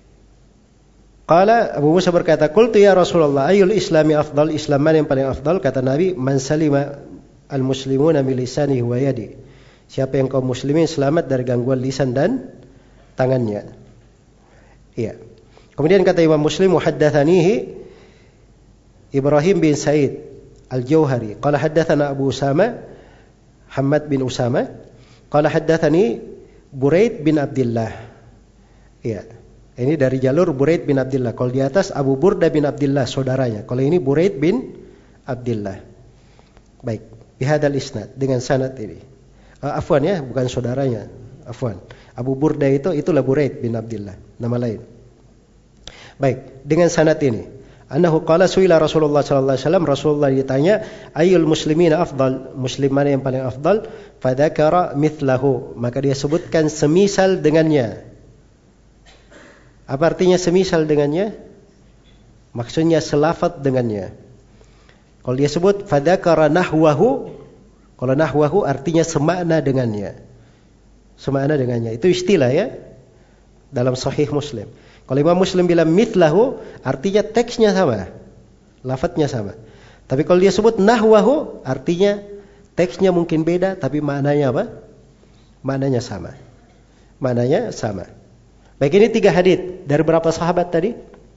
Qala Abu Musa berkata, qultu ya Rasulullah, ayyul islami afdal? Islam mana yang paling afdal? Kata Nabi, man salima al-muslimuna min lisanihi wa yadi. Siapa yang kaum muslimin selamat dari gangguan lisan dan tangannya. Iya. Kemudian kata Imam Muslim, haddatsanihi Ibrahim bin Sa'id al-Jauhari. Qala haddatsana Abu Usama, Hamad bin Usama. Qala haddatsani Buraid bin Abdullah. Iya. Ini dari jalur Buraid bin Abdullah. Kalau di atas Abu Burda bin Abdullah saudaranya. Kalau ini Buraid bin Abdullah. Baik, bihadal isnad, dengan sanad ini. Afwan ya, bukan saudaranya. Afwan. Abu Burda itulah Buraid bin Abdullah, nama lain. Baik, dengan sanad ini. Annahu qala suila Rasulullah sallallahu alaihi wasallam, Rasulullah ditanya, ayyul muslimina afdal? Muslim mana yang paling afdal? Fadzakara mithlahu, maka dia sebutkan semisal dengannya. Apa artinya semisal dengannya? Maksudnya selafat dengannya. Kalau dia sebut fadzakara nahwahu, kalau nahwahu artinya semakna dengannya. Semakna dengannya. Itu istilah ya dalam Sahih Muslim. Kalau Imam Muslim bilang mithlahu, artinya teksnya sama, lafadznya sama. Tapi kalau dia sebut nahwahu, artinya teksnya mungkin beda, tapi maknanya apa? Maknanya sama. Maknanya sama. Baik, ini 3 hadits dari berapa sahabat tadi?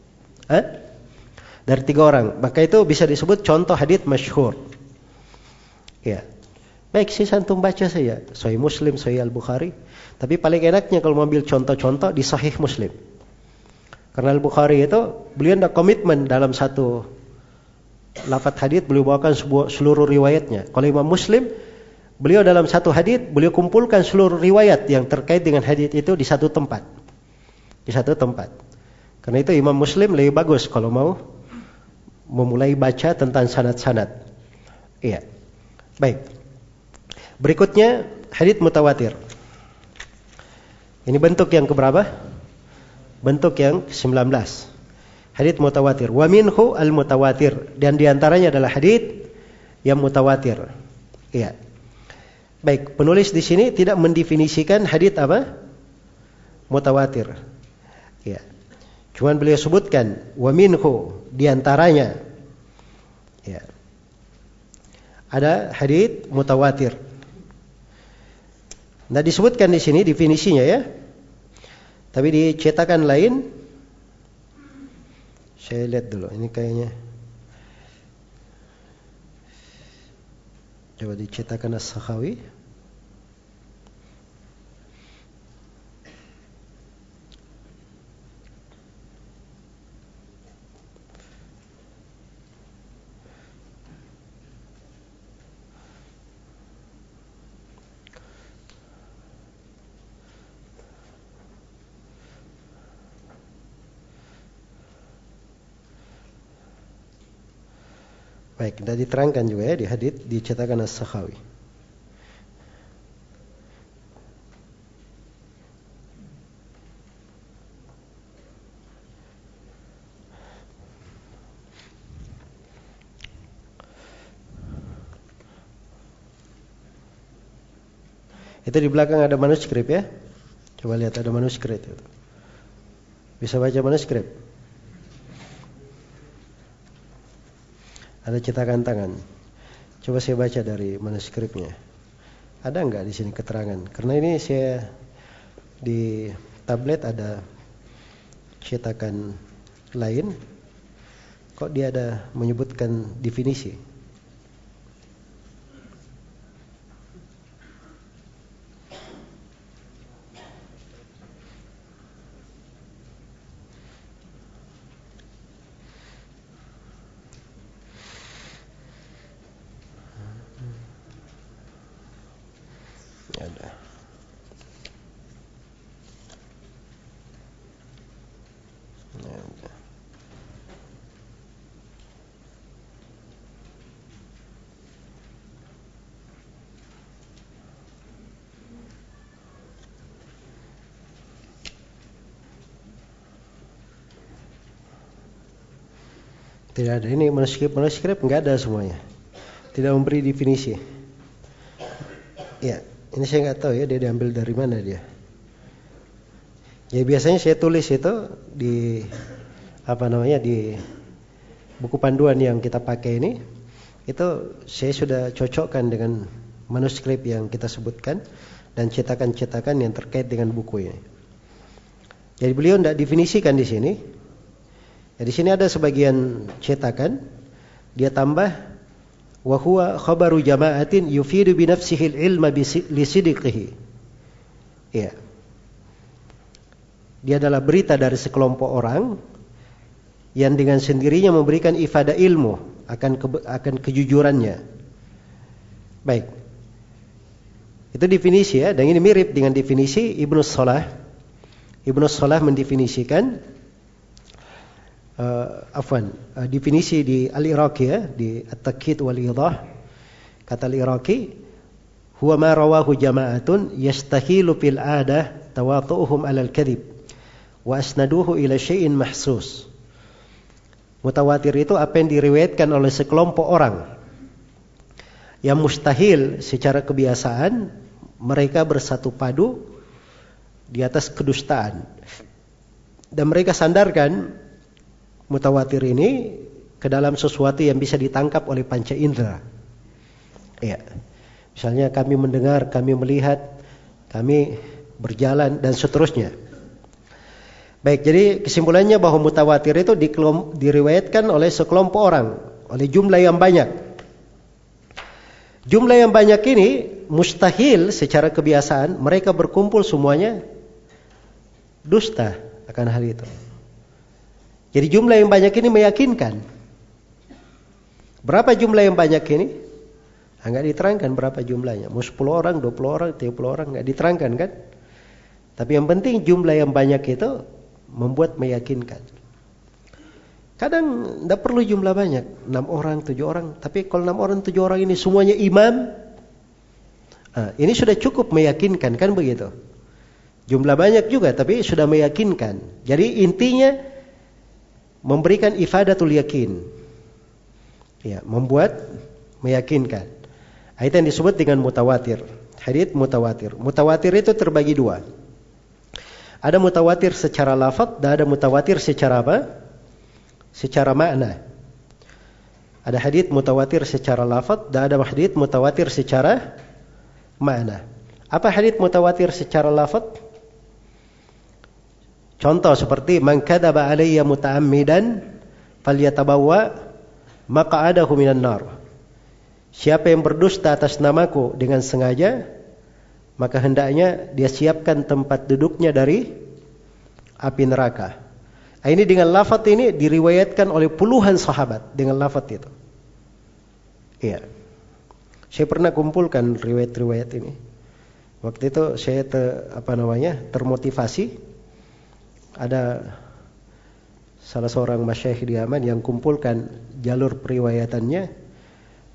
Dari 3 orang. Maka itu bisa disebut contoh hadits masyhur. Ya. Baik, sisa antum baca saja Sahih Muslim, Sahih Al-Bukhari. Tapi paling enaknya kalau mau ambil contoh-contoh di Sahih Muslim. Karena Al-Bukhari itu beliau ada komitmen dalam satu lafaz hadits beliau bawakan seluruh riwayatnya. Kalau Imam Muslim, beliau dalam satu hadits beliau kumpulkan seluruh riwayat yang terkait dengan hadits itu di satu tempat. Di satu tempat. Karena itu Imam Muslim lebih bagus kalau mau memulai baca tentang sanad-sanad. Iya. Baik. Berikutnya hadits mutawatir. Ini bentuk yang keberapa? Bentuk yang ke-19. Hadits mutawatir. Wa minhu al-mutawatir, dan diantaranya adalah hadits yang mutawatir. Iya. Baik, penulis di sini tidak mendefinisikan hadits apa? Mutawatir. Ya. Cuman beliau sebutkan wa minhu, diantaranya. Ya. Ada hadits mutawatir. Nah, disebutkan di sini definisinya ya. Tapi di cetakan lain saya lihat dulu, ini kayaknya coba di cetakan As-Sakhawi. Baik, tidak diterangkan juga ya di hadits dicetakan As-Sakhawi. Itu di belakang ada manuskrip ya. Coba lihat ada manuskrip itu. Bisa baca manuskrip? Ada cetakan tangan. Coba saya baca dari manuskripnya. Ada enggak di sini keterangan? Karena ini saya di tablet ada cetakan lain. Kok dia ada menyebutkan definisi? Ada. Tidak ada. Ini manuskrip nggak ada semuanya. Tidak memberi definisi. Ya, ini saya nggak tahu ya dia diambil dari mana dia. Ya biasanya saya tulis itu di di buku panduan yang kita pakai ini, itu saya sudah cocokkan dengan manuskrip yang kita sebutkan dan cetakan-cetakan yang terkait dengan buku ini. Jadi beliau tidak definisikan di sini. Ya, di sini ada sebagian cetakan dia tambah wa huwa khabaru jama'atin yufidu bi nafsihi al-ilma li sidqihi. Ya. Dia adalah berita dari sekelompok orang yang dengan sendirinya memberikan ifadah ilmu akan kejujurannya. Baik. Itu definisi ya, dan ini mirip dengan definisi Ibnu Shalah. Ibnu Shalah mendefinisikan definisi di Al-Iraqi ya, di At-Taqyid wal Idah. Kata Al-Iraqi, huwa ma rawahu jama'atun yastahilu fil 'adah tawatu'uhum 'alal kadhib wa asnaduhu ila syai'in mahsus. Mutawatir itu apa yang diriwayatkan oleh sekelompok orang yang mustahil secara kebiasaan mereka bersatu padu di atas kedustaan. Dan mereka sandarkan mutawatir ini ke dalam sesuatu yang bisa ditangkap oleh panca indera. Ya. Misalnya kami mendengar, kami melihat, kami berjalan dan seterusnya. Baik, jadi kesimpulannya bahwa mutawatir itu diriwayatkan oleh sekelompok orang, oleh jumlah yang banyak. Jumlah yang banyak ini mustahil secara kebiasaan mereka berkumpul semuanya dusta akan hal itu. Jadi jumlah yang banyak ini meyakinkan. Berapa jumlah yang banyak ini? Enggak diterangkan berapa jumlahnya. Mau 10 orang, 20 orang, 30 orang, enggak diterangkan kan? Tapi yang penting jumlah yang banyak itu membuat meyakinkan. Kadang enggak perlu jumlah banyak, 6 orang, 7 orang. Tapi kalau 6 orang, 7 orang ini semuanya imam, ini sudah cukup meyakinkan kan begitu. Jumlah banyak juga tapi sudah meyakinkan. Jadi intinya memberikan ifadatul yakin. Ya, membuat meyakinkan. Itu yang disebut dengan mutawatir. Hadits mutawatir. Mutawatir itu terbagi dua. Ada mutawatir secara lafaz dan ada mutawatir secara apa? Secara makna. Ada hadits mutawatir secara lafaz dan ada hadits mutawatir secara makna. Apa hadits mutawatir secara lafaz? Contoh seperti man kadzaba alayya muta'ammidan falyatabawwa maq'adahu minan nar. Siapa yang berdusta atas namaku dengan sengaja, maka hendaknya dia siapkan tempat duduknya dari api neraka. Ini dengan lafaz ini diriwayatkan oleh puluhan sahabat dengan lafaz itu. Iya. Saya pernah kumpulkan riwayat-riwayat ini. Waktu itu saya termotivasi. Ada salah seorang masyayikh di Yaman yang kumpulkan jalur periwayatannya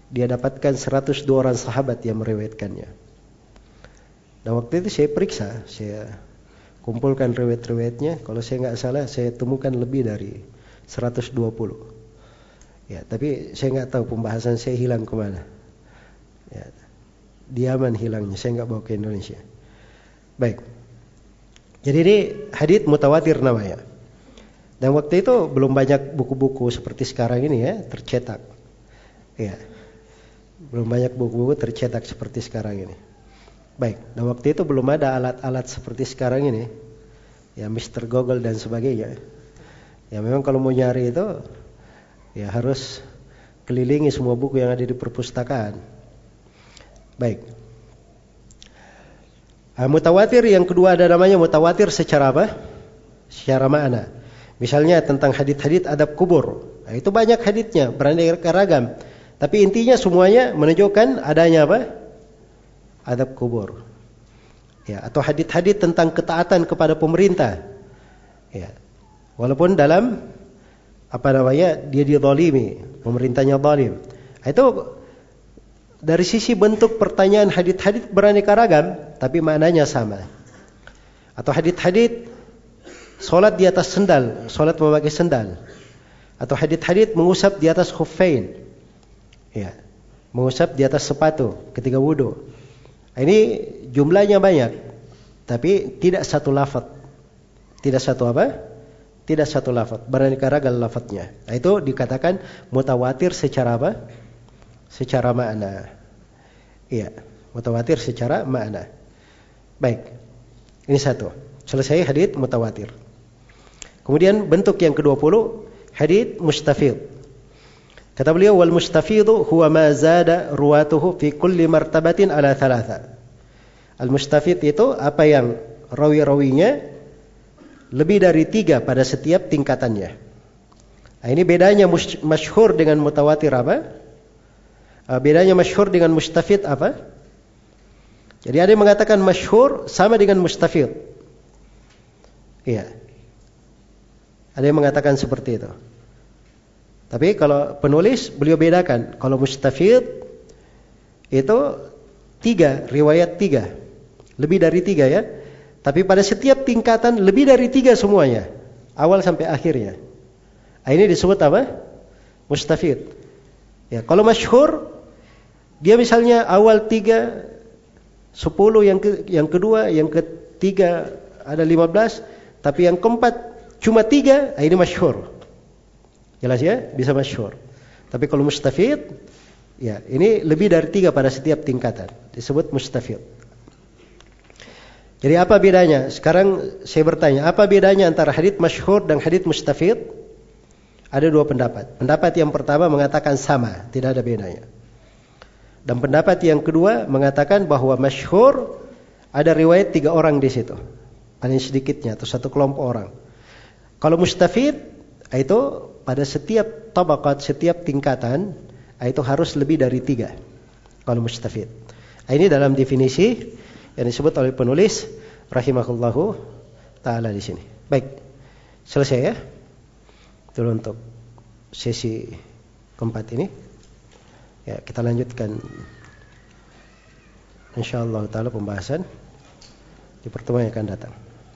dia dapatkan 102 orang sahabat yang meriwayatkannya. Dan waktu itu saya periksa, saya kumpulkan riwayat-riwayatnya. Kalau saya nggak salah, saya temukan lebih dari 120. Ya, tapi saya nggak tahu pembahasan saya hilang kemana. Ya, di Yaman hilangnya, saya nggak bawa ke Indonesia. Baik. Jadi ini hadits mutawatir namanya. Dan waktu itu belum banyak buku-buku seperti sekarang ini ya, tercetak. Ya. Belum banyak buku-buku tercetak seperti sekarang ini. Baik, dan waktu itu belum ada alat-alat seperti sekarang ini. Ya, Mr. Google dan sebagainya. Ya memang kalau mau nyari itu ya harus kelilingi semua buku yang ada di perpustakaan. Baik. Mutawatir yang kedua ada namanya mutawatir secara apa? Secara makna. Misalnya tentang hadits-hadits adab kubur. Nah, itu banyak haditsnya, beraneka ragam. Tapi intinya semuanya menunjukkan adanya apa? Adab kubur. Ya, atau hadits-hadits tentang ketaatan kepada pemerintah. Ya. Walaupun dalam apa namanya? Dia dizalimi, pemerintahnya zalim. Nah, itu dari sisi bentuk pertanyaan hadits-hadits beraneka ragam, tapi maknanya sama. Atau hadits-hadits salat di atas sendal, salat memakai sendal. Atau hadits-hadits mengusap di atas khuffain. Ya, mengusap di atas sepatu ketika wudu. Ini jumlahnya banyak, tapi tidak satu lafaz. Tidak satu apa? Tidak satu lafaz, beraneka ragam lafaznya. Nah, itu dikatakan mutawatir secara apa? Secara makna. Iya, mutawatir secara makna. Baik. Ini satu. Selesai hadits mutawatir. Kemudian bentuk yang ke-20, hadits mustafid. Kata beliau, wal mustafidu huwa ma zada ruwatuhu fi kulli martabatin ala thalatha. Al mustafid itu apa yang rawi-rawinya lebih dari 3 pada setiap tingkatannya. Nah, ini bedanya masyhur dengan mutawatir apa? Bedanya masyhur dengan mustafid apa? Jadi ada yang mengatakan masyhur sama dengan mustafid. Iya. Ada yang mengatakan seperti itu. Tapi kalau penulis beliau bedakan. Kalau mustafid itu 3, riwayat 3. Lebih dari 3 ya. Tapi pada setiap tingkatan lebih dari 3 semuanya. Awal sampai akhirnya. Nah, ini disebut apa? Mustafid. Ya, kalau masyhur dia misalnya awal 3, 10, yang kedua, yang ketiga ada 15, tapi yang keempat cuma 3, ini masyhur. Jelas ya? Bisa masyhur. Tapi kalau mustafid, ya ini lebih dari 3 pada setiap tingkatan. Disebut mustafid. Jadi apa bedanya? Sekarang saya bertanya, apa bedanya antara hadits masyhur dan hadits mustafid? Ada 2 pendapat. Pendapat yang pertama mengatakan sama, tidak ada bedanya. Dan pendapat yang kedua mengatakan bahwa masyhur ada riwayat 3 orang di situ. Paling sedikitnya atau 1 kelompok orang. Kalau mustafid itu pada setiap tabaqat, setiap tingkatan itu harus lebih dari 3. Kalau mustafid. Ini dalam definisi yang disebut oleh penulis rahimahullahu taala di sini. Baik. Selesai ya. Itu untuk sesi keempat ini. Ya, kita lanjutkan insyaallah taala pembahasan di pertemuan yang akan datang.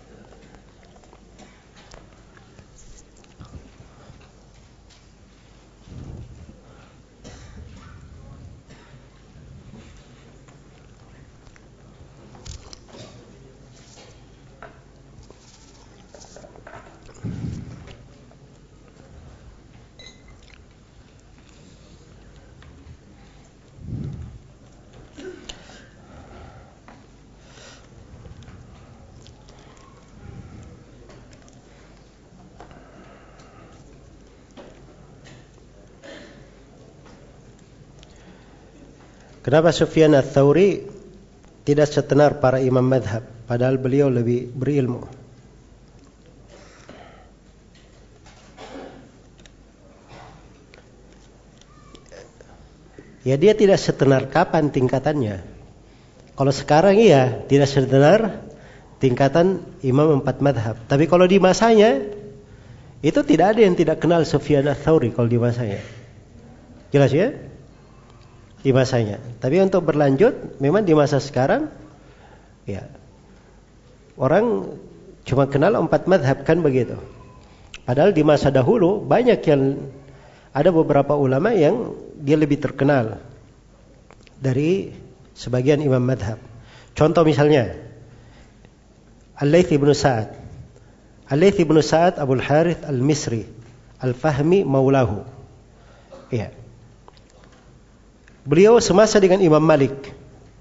Kenapa Sufyan Ats-Tsauri tidak setenar para imam madhab, padahal beliau lebih berilmu? Ya dia tidak setenar kapan tingkatannya. Kalau sekarang iya, tidak setenar tingkatan imam 4 madhab. Tapi kalau di masanya, itu tidak ada yang tidak kenal Sufyan Ats-Tsauri kalau di masanya. Jelas ya? di masanya. Tapi untuk berlanjut, memang di masa sekarang, ya orang cuma kenal 4 madhab kan begitu. Padahal di masa dahulu banyak yang ada beberapa ulama yang dia lebih terkenal dari sebagian imam madhab. Contoh misalnya Al-Laits ibn Sa'ad. Al-Laits ibn Sa'ad Abul Harith Al-Misri Al-Fahmi Maulahu. Ya. Beliau semasa dengan Imam Malik.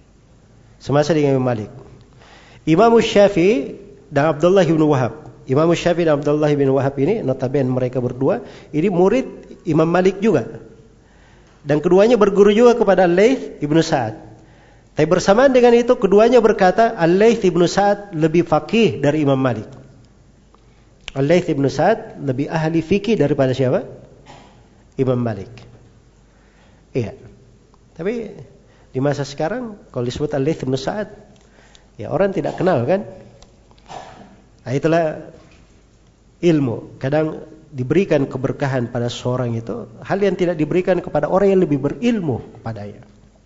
Imam Syafi'i dan Abdullah bin Wahab. Imam Syafi'i dan Abdullah bin Wahab ini notabene mereka berdua ini murid Imam Malik juga. Dan keduanya berguru juga kepada Al-Laits ibn Sa'ad. Tapi bersamaan dengan itu keduanya berkata Al-Laits ibn Sa'ad lebih faqih dari Imam Malik. Al-Laits ibn Sa'ad lebih ahli fikih daripada siapa? Imam Malik. Iya. Tapi di masa sekarang kalau disebut Al-Laits ibn Sa'ad, ya orang tidak kenal kan? Nah, itulah ilmu. Kadang diberikan keberkahan pada seorang itu hal yang tidak diberikan kepada orang yang lebih berilmu kepadanya.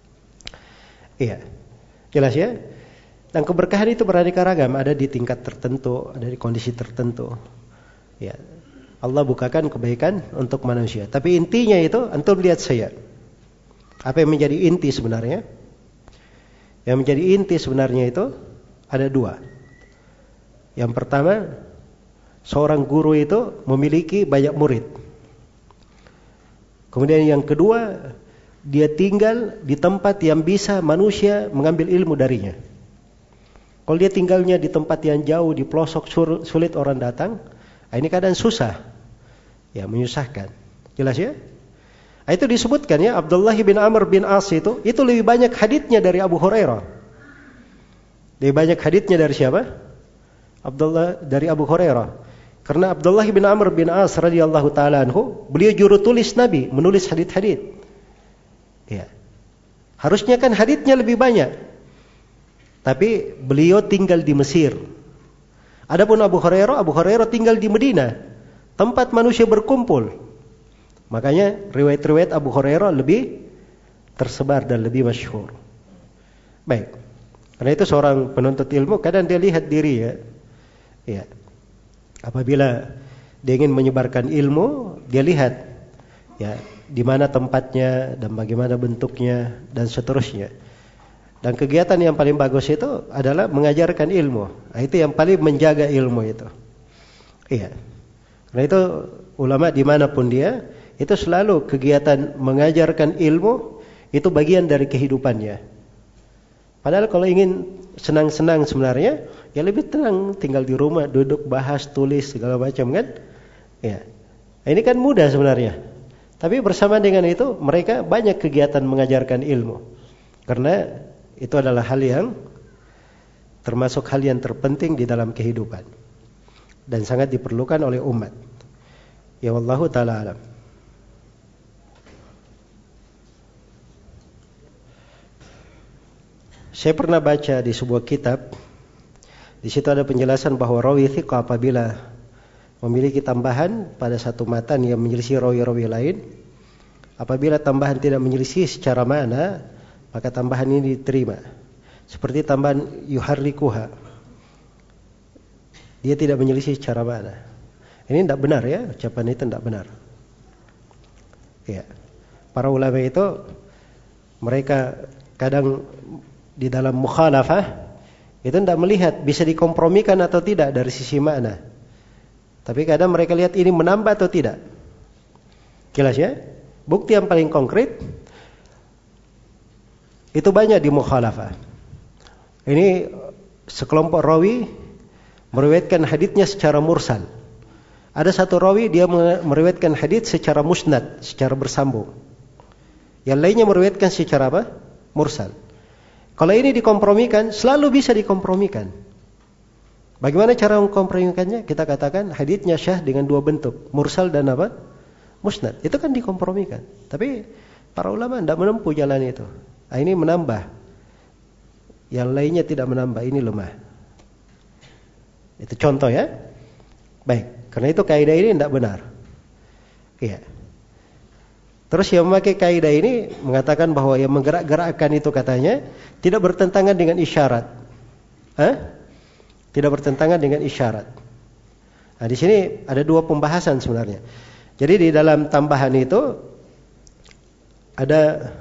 Iya. Jelas ya? Dan keberkahan itu beraneka ragam, ada di tingkat tertentu, ada di kondisi tertentu. Ya. Allah bukakan kebaikan untuk manusia. Tapi intinya itu, antum lihat saya. Apa yang menjadi inti sebenarnya? Yang menjadi inti sebenarnya itu ada 2. Yang pertama, seorang guru itu memiliki banyak murid. Kemudian yang kedua, dia tinggal di tempat yang bisa manusia mengambil ilmu darinya. Kalau dia tinggalnya di tempat yang jauh, di pelosok sulit orang datang, ini keadaan susah. Ya, menyusahkan. Jelas ya? Itu disebutkan ya, Abdullah bin Amr bin As itu lebih banyak haditsnya dari Abu Hurairah. Lebih banyak haditsnya dari siapa? Abdullah dari Abu Hurairah. Karena Abdullah bin Amr bin As radhiyallahu taala anhu, beliau juru tulis Nabi, menulis hadits-hadits. Ya. Harusnya kan haditsnya lebih banyak. Tapi beliau tinggal di Mesir. Adapun Abu Hurairah tinggal di Madinah, tempat manusia berkumpul. Makanya riwayat-riwayat Abu Hurairah lebih tersebar dan lebih masyhur. Baik. Karena itu seorang penuntut ilmu kadang dia lihat diri ya. Ya. Apabila dia ingin menyebarkan ilmu, dia lihat ya di mana tempatnya dan bagaimana bentuknya dan seterusnya. Dan kegiatan yang paling bagus itu adalah mengajarkan ilmu. Nah, itu yang paling menjaga ilmu itu. Iya. Karena itu ulama dimanapun dia, itu selalu kegiatan mengajarkan ilmu itu bagian dari kehidupannya. Padahal kalau ingin senang-senang sebenarnya, ya lebih tenang tinggal di rumah, duduk, bahas, tulis, segala macam kan. Ya. Nah, ini kan mudah sebenarnya. Tapi bersama dengan itu, mereka banyak kegiatan mengajarkan ilmu. Karena itu adalah hal yang termasuk hal yang terpenting di dalam kehidupan. Dan sangat diperlukan oleh umat. Ya wallahu ta'ala alam. Saya pernah baca di sebuah kitab, di situ ada penjelasan bahwa rawi thiqah apabila memiliki tambahan pada satu matan yang menyelisih rawi-rawi lain, apabila tambahan tidak menyelisih secara makna, maka tambahan ini diterima. Seperti tambahan yuharrikuha, dia tidak menyelisih secara makna. Ini tidak benar ya, ucapan itu tidak benar. Ya, para ulama itu mereka kadang di dalam mukhalafah itu tidak melihat bisa dikompromikan atau tidak dari sisi makna. Tapi kadang mereka lihat ini menambah atau tidak. Jelas ya? Bukti yang paling konkret itu banyak di mukhalafah. Ini sekelompok rawi meriwayatkan haditsnya secara mursal. Ada satu rawi dia meriwayatkan hadits secara musnad, secara bersambung. Yang lainnya meriwayatkan secara apa? Mursal. Kalau ini dikompromikan, selalu bisa dikompromikan. Bagaimana cara mengkompromikannya? Kita katakan haditsnya syah dengan 2 bentuk, mursal dan apa? Musnad. Itu kan dikompromikan. Tapi para ulama tidak menempuh jalan itu. Nah, ini menambah. Yang lainnya tidak menambah, ini lemah. Itu contoh ya. Baik, karena itu kaidah ini tidak benar. Iya. Terus yang memakai kaidah ini mengatakan bahwa yang menggerak-gerakkan itu katanya tidak bertentangan dengan isyarat. Tidak bertentangan dengan isyarat. Nah, di sini ada dua pembahasan sebenarnya. Jadi di dalam tambahan itu ada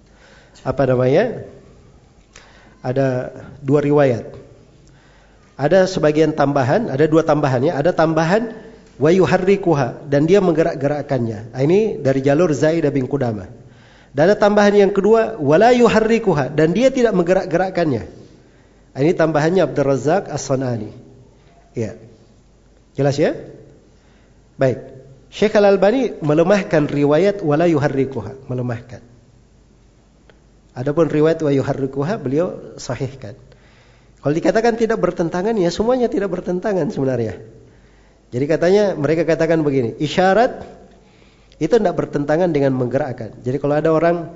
ada dua riwayat. Ada sebagian tambahan, ada dua tambahannya. Ada tambahan wa yuharrikuha, dan dia menggerak-gerakkannya. Ini dari jalur Zaidah bin Qudamah. Dan ada tambahan yang kedua, wala yuharrikuha, dan dia tidak menggerak-gerakkannya. Ini tambahannya Abdul Razzaq As-Sanani. Ya. Jelas ya? Baik. Syekh Al-Albani melemahkan riwayat wala yuharrikuha, melemahkan. Adapun riwayat wa yuharrikuha beliau sahihkan. Kalau dikatakan tidak bertentangan, ya semuanya tidak bertentangan sebenarnya. Jadi mereka katakan begini, isyarat itu tidak bertentangan dengan menggerakkan. Jadi kalau ada orang,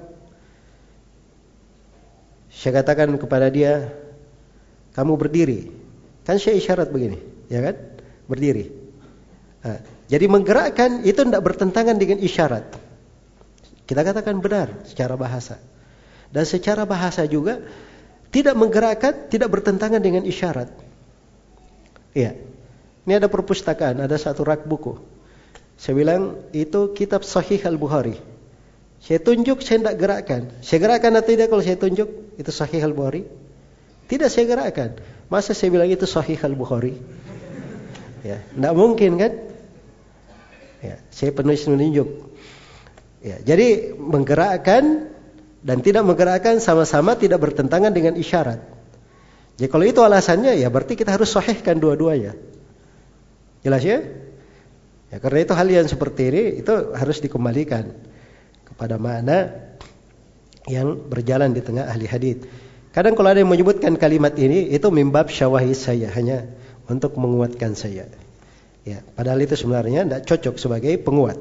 saya katakan kepada dia, kamu berdiri, kan saya isyarat begini, ya kan? Berdiri. Nah, jadi menggerakkan itu tidak bertentangan dengan isyarat. Kita katakan benar secara bahasa. Dan secara bahasa juga tidak menggerakkan, tidak bertentangan dengan isyarat. Iya. Ini ada perpustakaan, ada satu rak buku. Saya bilang, itu kitab Sahih Al-Bukhari. Saya tunjuk, saya tidak gerakkan. Saya gerakkan atau tidak kalau saya tunjuk, itu Sahih Al-Bukhari? Tidak saya gerakkan. Masa saya bilang itu Sahih Al-Bukhari? Ya, tidak mungkin kan? Ya, saya penulis menunjuk. Ya, jadi menggerakkan dan tidak menggerakkan sama-sama tidak bertentangan dengan isyarat. Jadi kalau itu alasannya, ya berarti kita harus sahihkan dua-duanya. Jelas ya? Ya, karena itu hal yang seperti ini itu harus dikembalikan kepada makna yang berjalan di tengah ahli hadits. Kadang kalau ada yang menyebutkan kalimat ini itu mimbab syawahid saya, hanya untuk menguatkan saya. Ya, padahal itu sebenarnya tidak cocok sebagai penguat.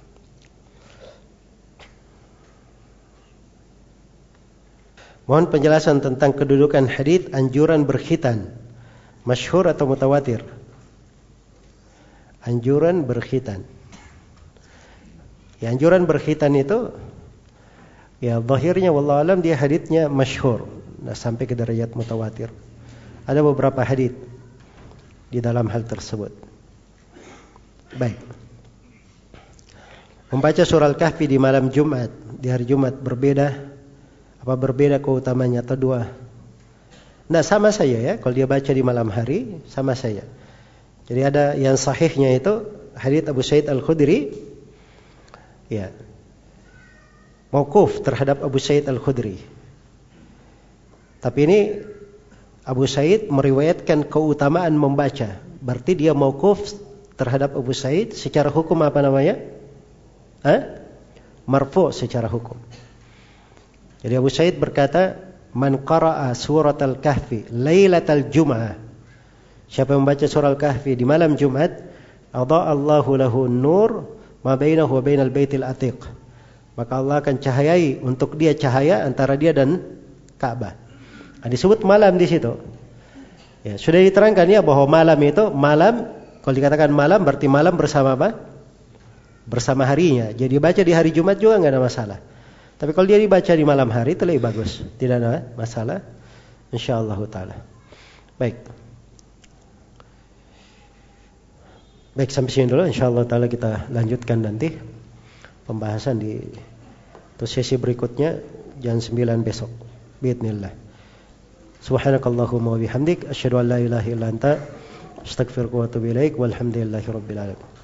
Mohon penjelasan tentang kedudukan hadits anjuran berkhitan, masyhur atau mutawatir. Anjuran berkhitan. Ya, anjuran berkhitan itu, ya zahirnya wallahu alam dia haditsnya masyhur, nah, sampai ke derajat mutawatir. Ada beberapa hadits di dalam hal tersebut. Baik. Membaca surah Al-Kahfi di malam Jumat, di hari Jumat berbeda keutamanya atau dua? Nah, sama saya ya, kalau dia baca di malam hari sama saya. Jadi ada yang sahihnya itu hadits Abu Sa'id Al-Khudri, ya, mauquf terhadap Abu Sa'id Al-Khudri. Tapi ini Abu Sa'id meriwayatkan keutamaan membaca, berarti dia mauquf terhadap Abu Sa'id secara hukum apa namanya? Marfu' secara hukum. Jadi Abu Sa'id berkata, man qara'a surat al-kahfi lailatal jum'ah, siapa yang membaca surah Al-Kahfi di malam Jumat, adha'allahu lahu nur ma bainahu wa bainal baitil atiq, maka Allah akan cahayai untuk dia cahaya antara dia dan Ka'bah. Nah, disebut malam di situ. Ya, sudah diterangkan ya bahwa malam itu malam, kalau dikatakan malam berarti malam bersama apa? Bersama harinya. Jadi baca di hari Jumat juga enggak ada masalah. Tapi kalau dia dibaca di malam hari itu lebih bagus. Tidak ada masalah insyaallah taala. Baik. Baik, sampai sini dulu. InsyaAllah ta'ala kita lanjutkan nanti pembahasan di sesi berikutnya jam 9 besok. Biidznillah. Subhanakallahumma wa bihamdik asyhadu an la ilaha illa anta astaghfiruka wa atubu ilaik walhamdulillahi rabbil alamin.